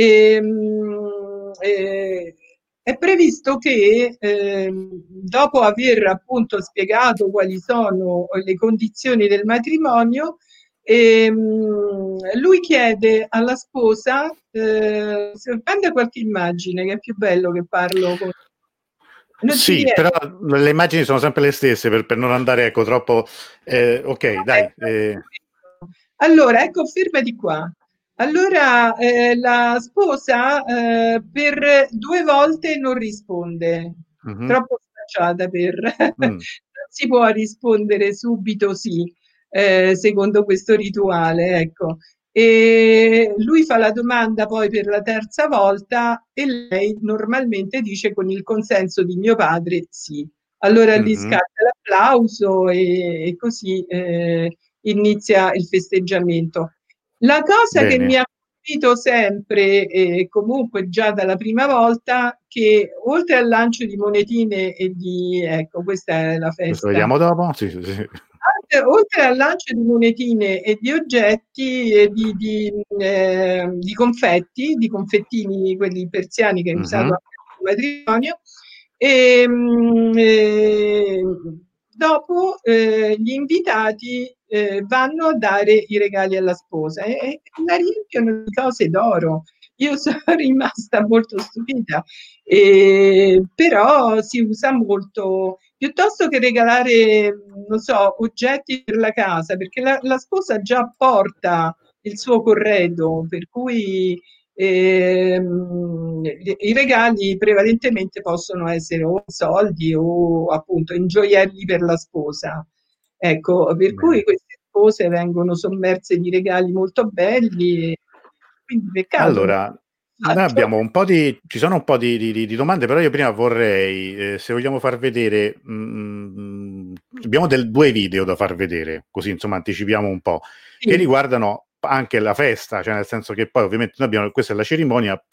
È previsto che dopo aver appunto spiegato quali sono le condizioni del matrimonio, Lui chiede alla sposa, se prende qualche immagine, che è più bello che parlo con... Non ti Sì, riesco. però le immagini sono sempre le stesse per non andare, ecco, troppo... ok, dai. Allora, ecco, fermati qua. Allora, la sposa per 2 volte non risponde, Mhm, troppo sfacciata per... mm, Non si può rispondere subito sì, secondo questo rituale, ecco. E lui fa la domanda poi per la terza volta e lei normalmente dice con il consenso di mio padre sì. Allora lì mhm. scatta l'applauso e così inizia il festeggiamento. La cosa che mi Bene, ha colpito sempre, e comunque già dalla prima volta, che oltre al lancio di monetine e di, ecco, questa è la questo festa, vediamo dopo. Sì, sì, sì. oltre al lancio di monetine e di oggetti, e di confetti, di confettini, quelli persiani che è usato Mhm, anche nel matrimonio, e dopo gli invitati vanno a dare i regali alla sposa e la riempiono di cose d'oro. Io sono rimasta molto stupita, però si usa molto piuttosto che regalare, non so, oggetti per la casa, perché la sposa già porta il suo corredo, per cui i regali prevalentemente possono essere o soldi o appunto in gioielli per la sposa. Ecco, per cui bene. queste spose vengono sommerse di regali molto belli, quindi peccato non Allora, noi faccio. abbiamo un po' ci sono un po' di domande, però io prima vorrei, se vogliamo far vedere, abbiamo due video da far vedere, così insomma anticipiamo un po', che Sì. riguardano anche la festa, cioè nel senso che poi ovviamente noi abbiamo, questa è la cerimonia,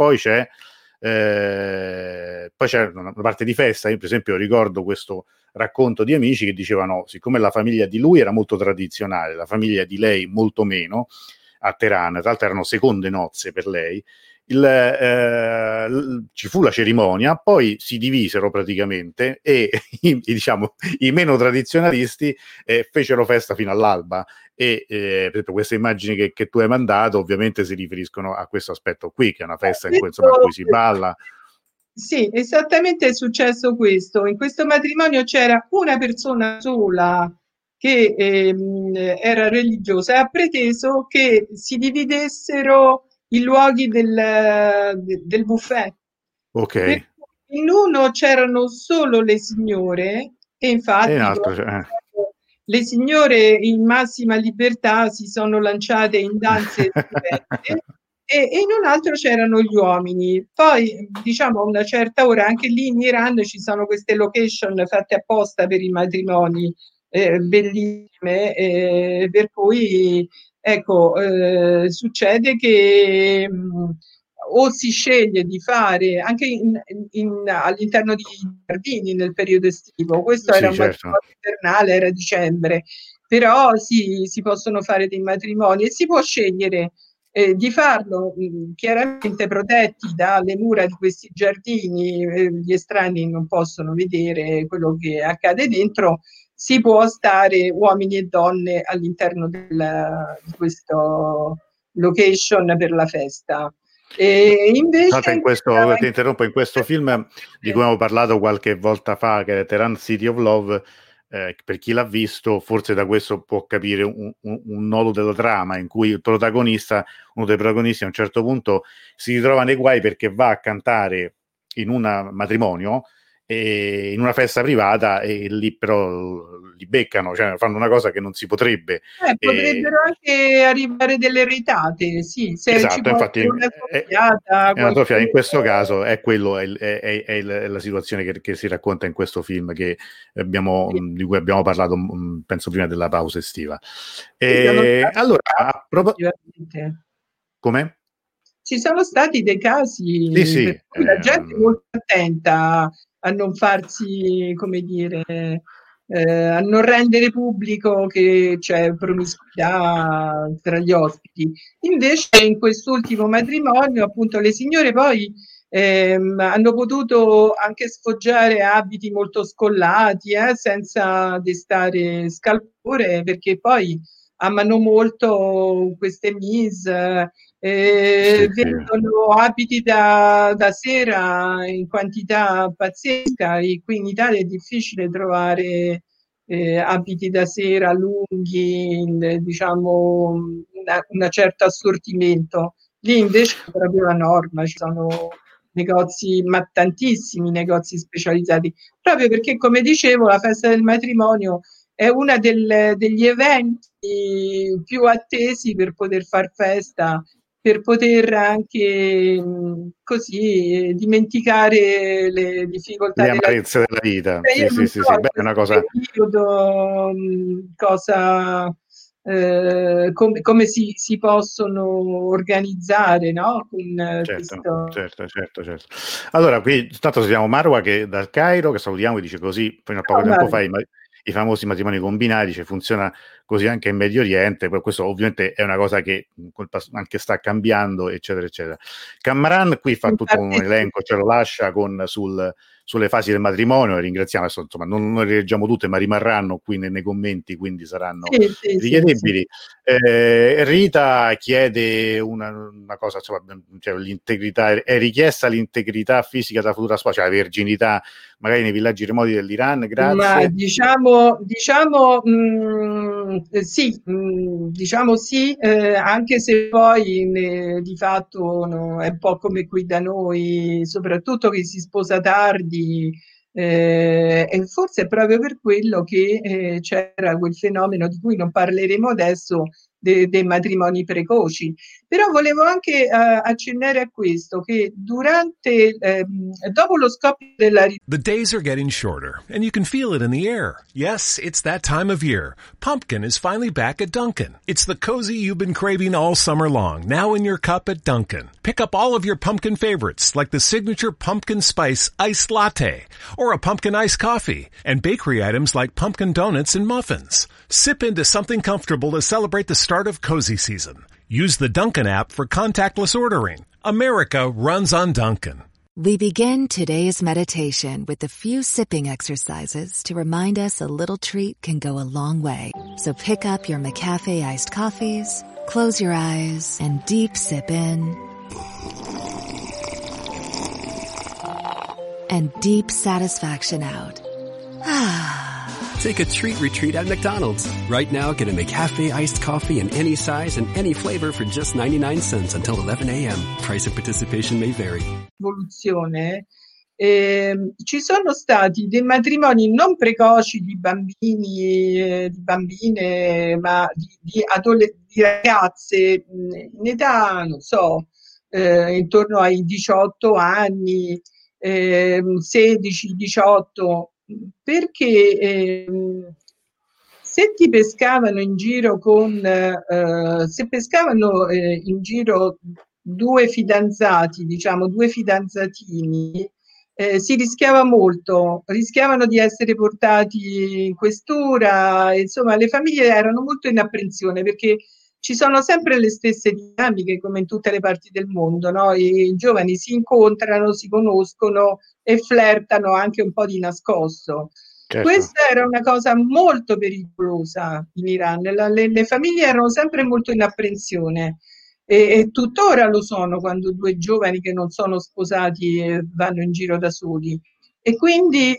poi c'è una parte di festa. Io per esempio ricordo questo racconto di amici che dicevano, siccome la famiglia di lui era molto tradizionale, la famiglia di lei molto meno, a Teheran, tra l'altro erano seconde nozze per lei, ci fu la cerimonia, poi si divisero praticamente e diciamo, i meno tradizionalisti fecero festa fino all'alba e per esempio queste immagini che tu hai mandato ovviamente si riferiscono a questo aspetto qui, che è una festa in cui, insomma, in cui si balla. Sì, esattamente è successo questo. In questo matrimonio c'era una persona sola che era religiosa e ha preteso che si dividessero i luoghi del buffet. Ok, Per e cui in uno c'erano solo le signore e in infatti altro le signore in massima libertà si sono lanciate in danze stupende e in un altro c'erano gli uomini. Poi, diciamo, a una certa ora, anche lì in Iran ci sono queste location fatte apposta per i matrimoni, bellissime, per cui, ecco, succede che o si sceglie di fare anche all'interno di giardini nel periodo estivo. Questo era sì, un certo. matrimonio invernale, era dicembre, però si possono fare dei matrimoni e si può scegliere di farlo chiaramente protetti dalle mura di questi giardini, gli estranei non possono vedere quello che accade dentro, si può stare uomini e donne all'interno di questo location per la festa. E Tra l'altro invece in questo, ti interrompo, in questo film di cui abbiamo parlato qualche volta fa, che è Tehran City of Love, per chi l'ha visto, forse da questo può capire un nodo della trama in cui uno dei protagonisti a un certo punto si ritrova nei guai perché va a cantare in un matrimonio e in una festa privata e lì però li beccano, cioè fanno una cosa che non si potrebbe. E, potrebbero anche arrivare delle ritate, sì, se ci esatto, può infatti essere una soffiata, è una sofia. In qualcuno. questo caso è quello, è la situazione che si racconta in questo film di cui abbiamo parlato, penso prima della pausa estiva. Ci sono Allora, stati effettivamente. come? Ci sono stati dei Sì, casi per sì, cui la gente è molto attenta a non farsi, come dire, a non rendere pubblico che c'è promiscuità tra gli ospiti. Invece in quest'ultimo matrimonio, appunto, le signore poi hanno potuto anche sfoggiare abiti molto scollati, senza destare scalpore, perché poi amano molto queste mise, vendono abiti da sera in quantità pazzesca, e qui in Italia è difficile trovare abiti da sera lunghi, diciamo una certo assortimento. Lì invece è proprio la norma, ci sono negozi, ma tantissimi negozi specializzati, proprio perché, come dicevo, la festa del matrimonio è una degli eventi più attesi per poter far festa, per poter anche così dimenticare le difficoltà le amarezze della vita. Sì, beh, è una cosa... periodo, come si possono organizzare, no? Con Certo. Allora, qui tanto salutiamo Marwa che dal Cairo, che salutiamo, che dice così, fino a poco tempo fa i famosi matrimoni combinati, dice funziona così anche in Medio Oriente, poi questo ovviamente è una cosa che anche sta cambiando, eccetera. Kamran qui fa tutto un elenco, ce lo lascia sulle fasi del matrimonio, ringraziamo, adesso, insomma, non le leggiamo tutte, ma rimarranno qui nei commenti, quindi saranno richiedibili. Rita chiede una cosa, insomma, cioè l'integrità, è richiesta l'integrità fisica della futura sposa, cioè la verginità, magari nei villaggi remoti dell'Iran, grazie. Ma diciamo sì, anche se poi di fatto è un po' come qui da noi, soprattutto che si sposa tardi, e forse è proprio per quello che c'era quel fenomeno di cui non parleremo adesso, dei matrimoni precoci. Però volevo anche accennare a questo, che dopo lo scoppio della... The days are getting shorter, and you can feel it in the air. Yes, it's that time of year. Pumpkin is finally back at Dunkin'. It's the cozy you've been craving all summer long, now in your cup at Dunkin'. Pick up all of your pumpkin favorites, like the signature pumpkin spice iced latte, or a pumpkin iced coffee, and bakery items like pumpkin donuts and muffins. Sip into something comfortable to celebrate the start of cozy season. Use the Dunkin' app for contactless ordering. America runs on Dunkin'. We begin today's meditation with a few sipping exercises to remind us a little treat can go a long way. So pick up your McCafe iced coffees, close your eyes, and deep sip in. And deep satisfaction out. Take a treat retreat at McDonald's. Right now, get a McCafe iced coffee in any size and any flavor for just 99 cents until 11 a.m. Price and participation may vary. Evoluzione, ci sono stati dei matrimoni non precoci di bambini, di bambine, ma di ragazze in età, non so, intorno ai 18 anni, 16, 18, perché se ti pescavano in giro se pescavano in giro due fidanzati, diciamo due fidanzatini, si rischiava molto, rischiavano di essere portati in questura, insomma le famiglie erano molto in apprensione, perché ci sono sempre le stesse dinamiche come in tutte le parti del mondo, no? I giovani si incontrano, si conoscono e flirtano anche un po' di nascosto. Certo. Questa era una cosa molto pericolosa in Iran, le famiglie erano sempre molto in apprensione e tuttora lo sono quando due giovani che non sono sposati vanno in giro da soli, e quindi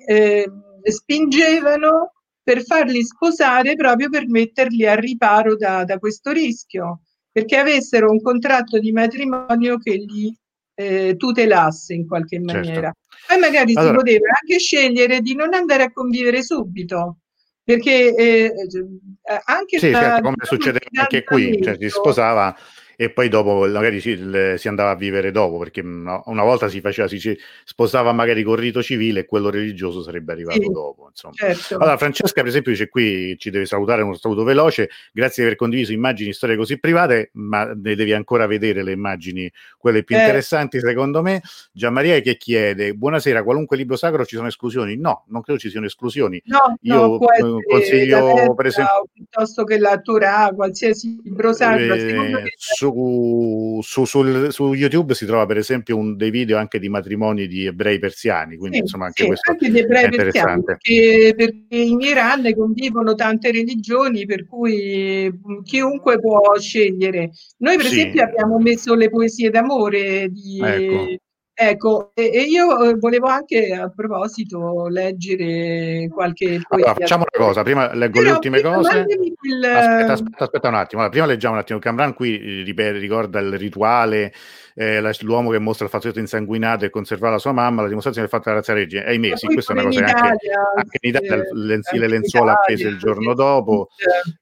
spingevano per farli sposare proprio per metterli a riparo da questo rischio, perché avessero un contratto di matrimonio che li tutelasse in qualche maniera. Poi magari si poteva anche scegliere di non andare a convivere subito, perché anche certo, come succede anche qui, cioè si sposava e poi dopo magari si andava a vivere dopo, perché una volta si sposava magari col rito civile e quello religioso sarebbe arrivato dopo, insomma. Certo. Allora Francesca per esempio dice qui, ci deve salutare, un saluto veloce, grazie di aver condiviso immagini, storie così private, ma ne devi ancora vedere le immagini, quelle più interessanti secondo me. Gianmaria che chiede, buonasera, qualunque libro sacro ci sono esclusioni? No, non credo ci siano esclusioni. Io consiglio per esempio piuttosto che la Torah, qualsiasi libro sacro, secondo me su YouTube si trova per esempio dei video anche di matrimoni di ebrei persiani, quindi insomma anche questo anche di ebrei è interessante. Perché in Iran convivono tante religioni, per cui chiunque può scegliere. Noi per esempio abbiamo messo le poesie d'amore Ecco, e io volevo anche a proposito leggere qualche poesia. Allora, facciamo una cosa, prima leggo le ultime cose. Aspetta un attimo. Allora, prima leggiamo un attimo. Camran qui ricorda il rituale, l'uomo che mostra il fazzoletto insanguinato e conserva la sua mamma, la dimostrazione del fatto della razza regina. E i mesi, questa è una cosa che anche in Italia, le lenzuola appese il giorno dopo,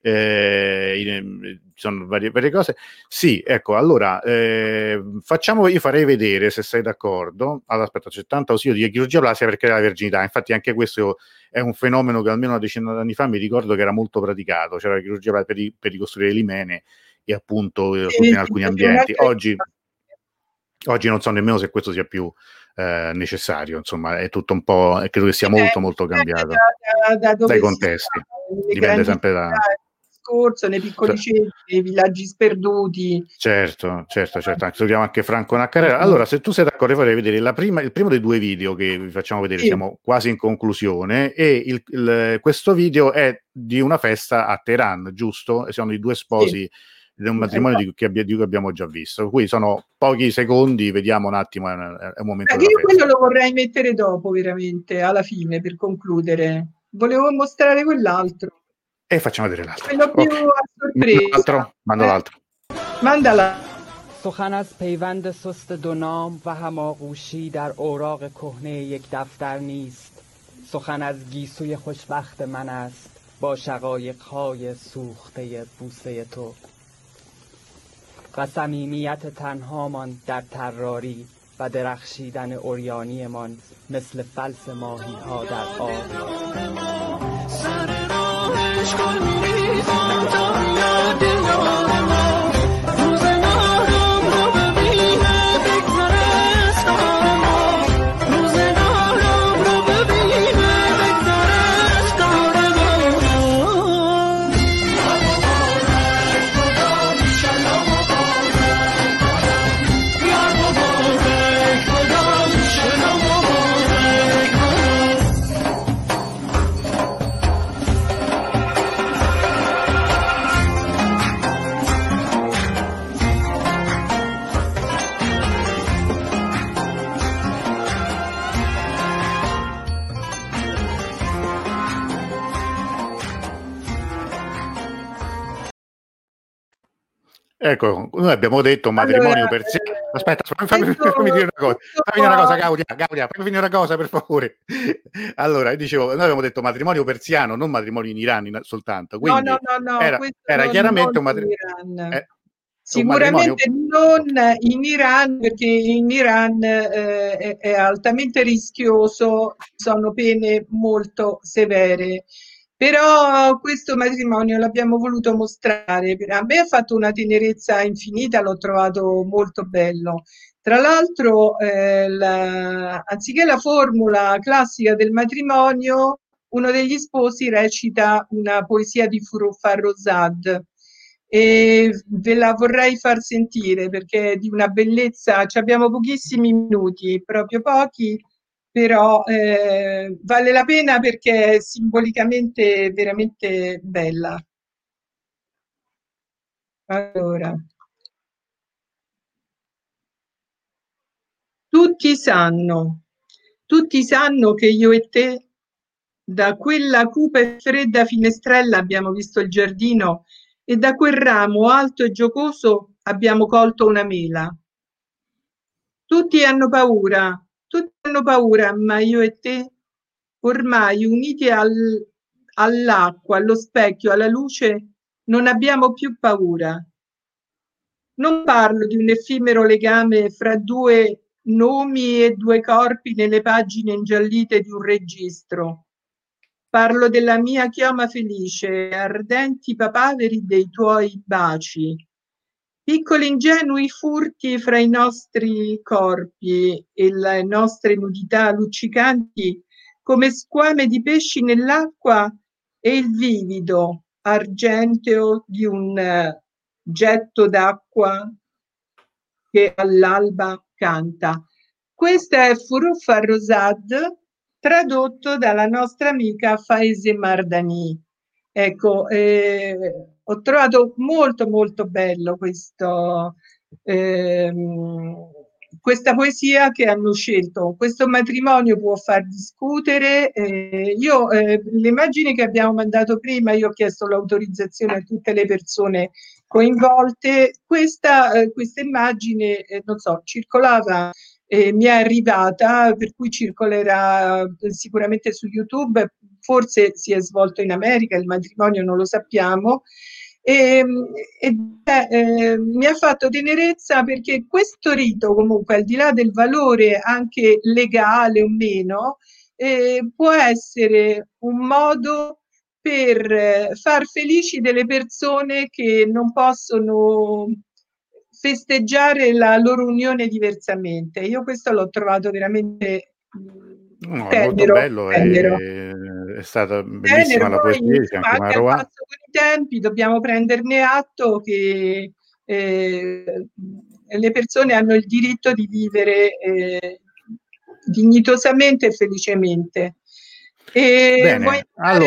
sono varie cose. Sì, ecco, allora io farei vedere, se sei d'accordo. Allora, aspetta, c'è tanta uso di chirurgia plastica perché la verginità. Infatti anche questo è un fenomeno che almeno una decina d'anni fa mi ricordo che era molto praticato, c'era la chirurgia plastica per ricostruire l'imene e appunto in alcuni ambienti. Oggi non so nemmeno se questo sia più necessario, insomma è tutto un po', credo che sia molto cambiato dai contesti, dipende sempre da nei piccoli centri, nei villaggi sperduti. Certo, troviamo anche Franco Naccarera. Allora, se tu sei d'accordo, farei vedere il primo dei due video che vi facciamo vedere, siamo quasi in conclusione, e questo video è di una festa a Teheran, giusto? E sono i due sposi di un matrimonio di cui abbiamo già visto. Qui sono pochi secondi, vediamo un attimo, è un momento della io festa. quello lo vorrei mettere dopo, veramente, alla fine, per concludere. Volevo mostrare quell'altro. E facciamo vedere l'altro. Quello più a sorpresa. Mando l'altro. Mandala. سخن از پیوند سست دو نام و هماغوشی در اوراق کهنه یک دفتر نیست. سخن از گیسوی خوشبخت من است با شقایق‌های سوخته بوسه تو. و صمیمیت تنهامان در طراری و درخشیدن عریانیمان مثل فلس ماهی‌ها در آب. Ecco, noi abbiamo detto matrimonio persiano. Aspetta, fammi dire una cosa. Fammi dire una cosa, Gaudia, fammi finire una cosa, per favore. Allora, io dicevo, noi abbiamo detto matrimonio persiano, non matrimonio in Iran soltanto. Quindi no, era chiaramente un matrimonio. Sicuramente non in Iran, perché in Iran è altamente rischioso, sono pene molto severe. Però questo matrimonio l'abbiamo voluto mostrare. A me ha fatto una tenerezza infinita, l'ho trovato molto bello. Tra l'altro, anziché la formula classica del matrimonio, uno degli sposi recita una poesia di Farrokhzad. E ve la vorrei far sentire perché è di una bellezza. Abbiamo pochissimi minuti, proprio pochi. Però vale la pena perché è simbolicamente veramente bella. Allora, tutti sanno che io e te da quella cupa e fredda finestrella abbiamo visto il giardino e da quel ramo alto e giocoso abbiamo colto una mela. Tutti hanno paura, ma io e te, ormai uniti all'acqua, allo specchio, alla luce, non abbiamo più paura. Non parlo di un effimero legame fra due nomi e due corpi nelle pagine ingiallite di un registro. Parlo della mia chioma felice, ardenti papaveri dei tuoi baci. Piccoli ingenui furti fra i nostri corpi e le nostre nudità luccicanti come squame di pesci nell'acqua e il vivido argenteo di un getto d'acqua che all'alba canta. Questa è Furuf Arrosad, tradotto dalla nostra amica Faize Mardani. Ecco, ho trovato molto molto bello questa poesia che hanno scelto. Questo matrimonio può far discutere. Le immagini che abbiamo mandato prima, io ho chiesto l'autorizzazione a tutte le persone coinvolte. Questa immagine, non so, circolava, mi è arrivata, per cui circolerà sicuramente su YouTube, forse si è svolto in America, il matrimonio non lo sappiamo, mi ha fatto tenerezza perché questo rito, comunque, al di là del valore anche legale o meno, può essere un modo per far felici delle persone che non possono festeggiare la loro unione diversamente. Io questo l'ho trovato veramente molto bello, è stata bellissima la poesia, anche al passo con i tempi dobbiamo prenderne atto che le persone hanno il diritto di vivere dignitosamente e felicemente. Bene,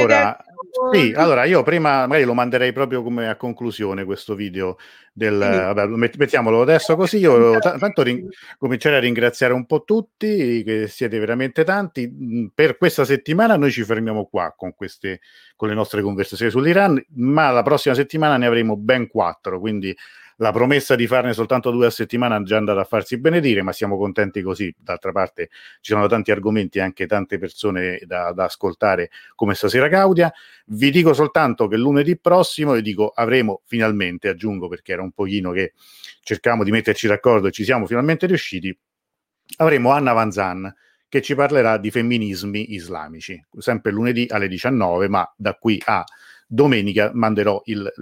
allora io prima magari lo manderei proprio come a conclusione questo video vabbè, mettiamolo adesso così. Io tanto comincerei a ringraziare un po' tutti, che siete veramente tanti. Per questa settimana noi ci fermiamo qua con le nostre conversazioni sull'Iran, ma la prossima settimana ne avremo ben 4, quindi la promessa di farne soltanto 2 a settimana è già andata a farsi benedire, ma siamo contenti così. D'altra parte ci sono tanti argomenti e anche tante persone da ascoltare, come stasera Gaudia. Vi dico soltanto che lunedì prossimo, avremo finalmente, aggiungo perché era un pochino che cercavamo di metterci d'accordo e ci siamo finalmente riusciti, avremo Anna Vanzan che ci parlerà di femminismi islamici, sempre lunedì alle 19, ma da qui a domenica manderò il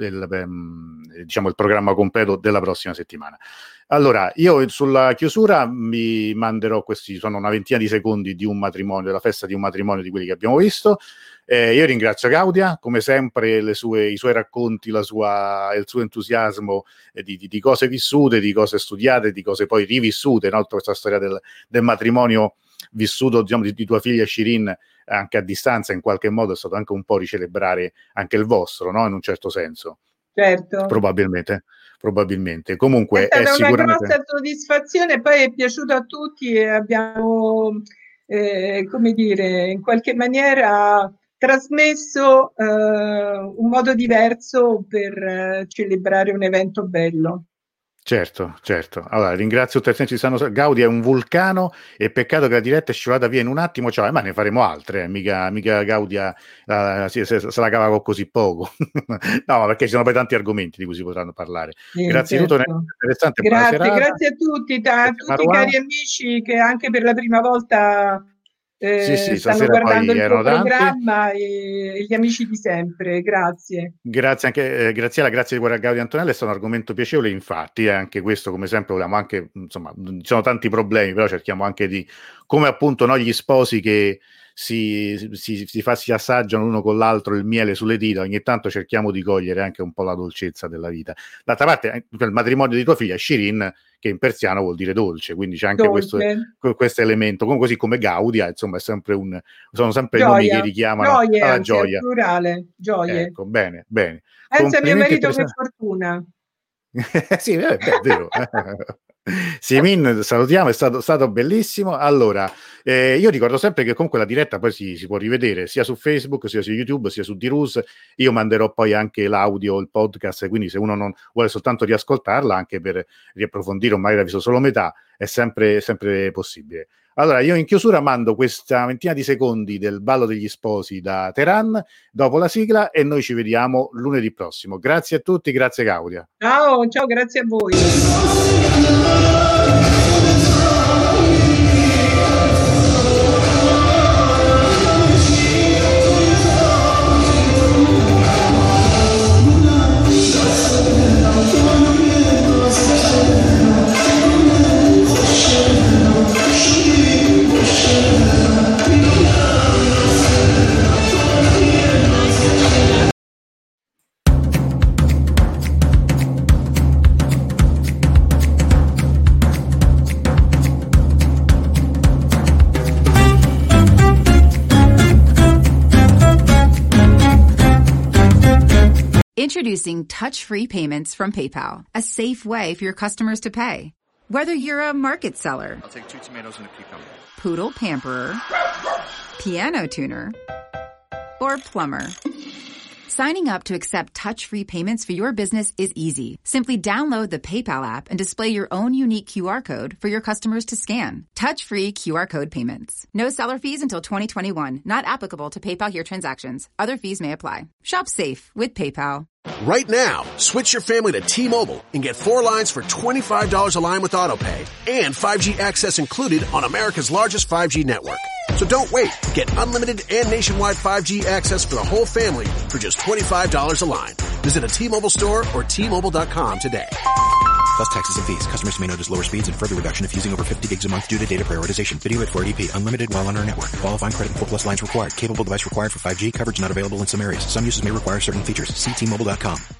programma completo della prossima settimana. Allora, io sulla chiusura mi manderò sono una ventina di secondi di un matrimonio, della festa di un matrimonio di quelli che abbiamo visto. Io ringrazio Gaudia, come sempre, i suoi racconti, il suo entusiasmo di cose vissute, di cose studiate, di cose poi rivissute, no? Questa storia del matrimonio vissuto, diciamo, di tua figlia Shirin anche a distanza, in qualche modo è stato anche un po' ricelebrare anche il vostro, no? In un certo senso. Certo. Probabilmente. Comunque è stata una grossa soddisfazione, poi è piaciuto a tutti e abbiamo, come dire, in qualche maniera trasmesso un modo diverso per celebrare un evento bello. Certo. Allora, ringrazio tutti, ci stanno. Gaudia è un vulcano e peccato che la diretta è scivolata via in un attimo, ma ne faremo altre, mica Gaudia se la cava con così poco. No, ma perché ci sono poi tanti argomenti di cui si potranno parlare. Grazie certo. Tutto, interessante. Grazie a tutti, tutti i cari amici che anche per la prima volta stanno guardando il tuo programma e gli amici di sempre. Grazie anche Graziella, grazie di Gaudia Antonella, è stato un argomento piacevole. Infatti anche questo, come sempre, vogliamo anche, insomma, ci sono tanti problemi, però cerchiamo anche di, come appunto gli sposi che si assaggiano l'uno con l'altro il miele sulle dita, ogni tanto cerchiamo di cogliere anche un po' la dolcezza della vita. D'altra parte il matrimonio di tua figlia Shirin, che in persiano vuol dire dolce, quindi c'è anche questo elemento, così come Gaudia, insomma, è sempre sono sempre gioia, nomi che richiamano alla gioia. Plurale, gioie. Ecco, bene. Pensa a mio marito che fortuna. Sì, è vero. Simin, salutiamo, è stato bellissimo. Allora, io ricordo sempre che comunque la diretta poi si può rivedere sia su Facebook, sia su YouTube, sia su Dirus. Io manderò poi anche l'audio, il podcast, quindi se uno non vuole soltanto riascoltarla, anche per riapprofondire o magari ha visto solo metà, è sempre possibile. Allora, io in chiusura mando questa ventina di secondi del ballo degli sposi da Teheran, dopo la sigla, e noi ci vediamo lunedì prossimo. Grazie a tutti, grazie Gaudia. Ciao, grazie a voi. Introducing touch-free payments from PayPal, a safe way for your customers to pay. Whether you're a market seller, I'll take 2 tomatoes and a cucumber, poodle pamperer, piano tuner, or plumber, signing up to accept touch-free payments for your business is easy. Simply download the PayPal app and display your own unique QR code for your customers to scan. Touch-free QR code payments. No seller fees until 2021. Not applicable to PayPal Here transactions. Other fees may apply. Shop safe with PayPal. Right now, switch your family to T-Mobile and get 4 lines for $25 a line with AutoPay and 5G access included on America's largest 5G network. So don't wait. Get unlimited and nationwide 5G access for the whole family for just $25 a line. Visit a T-Mobile store or T-Mobile.com today. Plus taxes and fees. Customers may notice lower speeds and further reduction if using over 50 gigs a month due to data prioritization. Video at 480p. Unlimited while on our network. Qualifying credit and 4+ lines required. Capable device required for 5G. Coverage not available in some areas. Some uses may require certain features. See T-Mobile.com.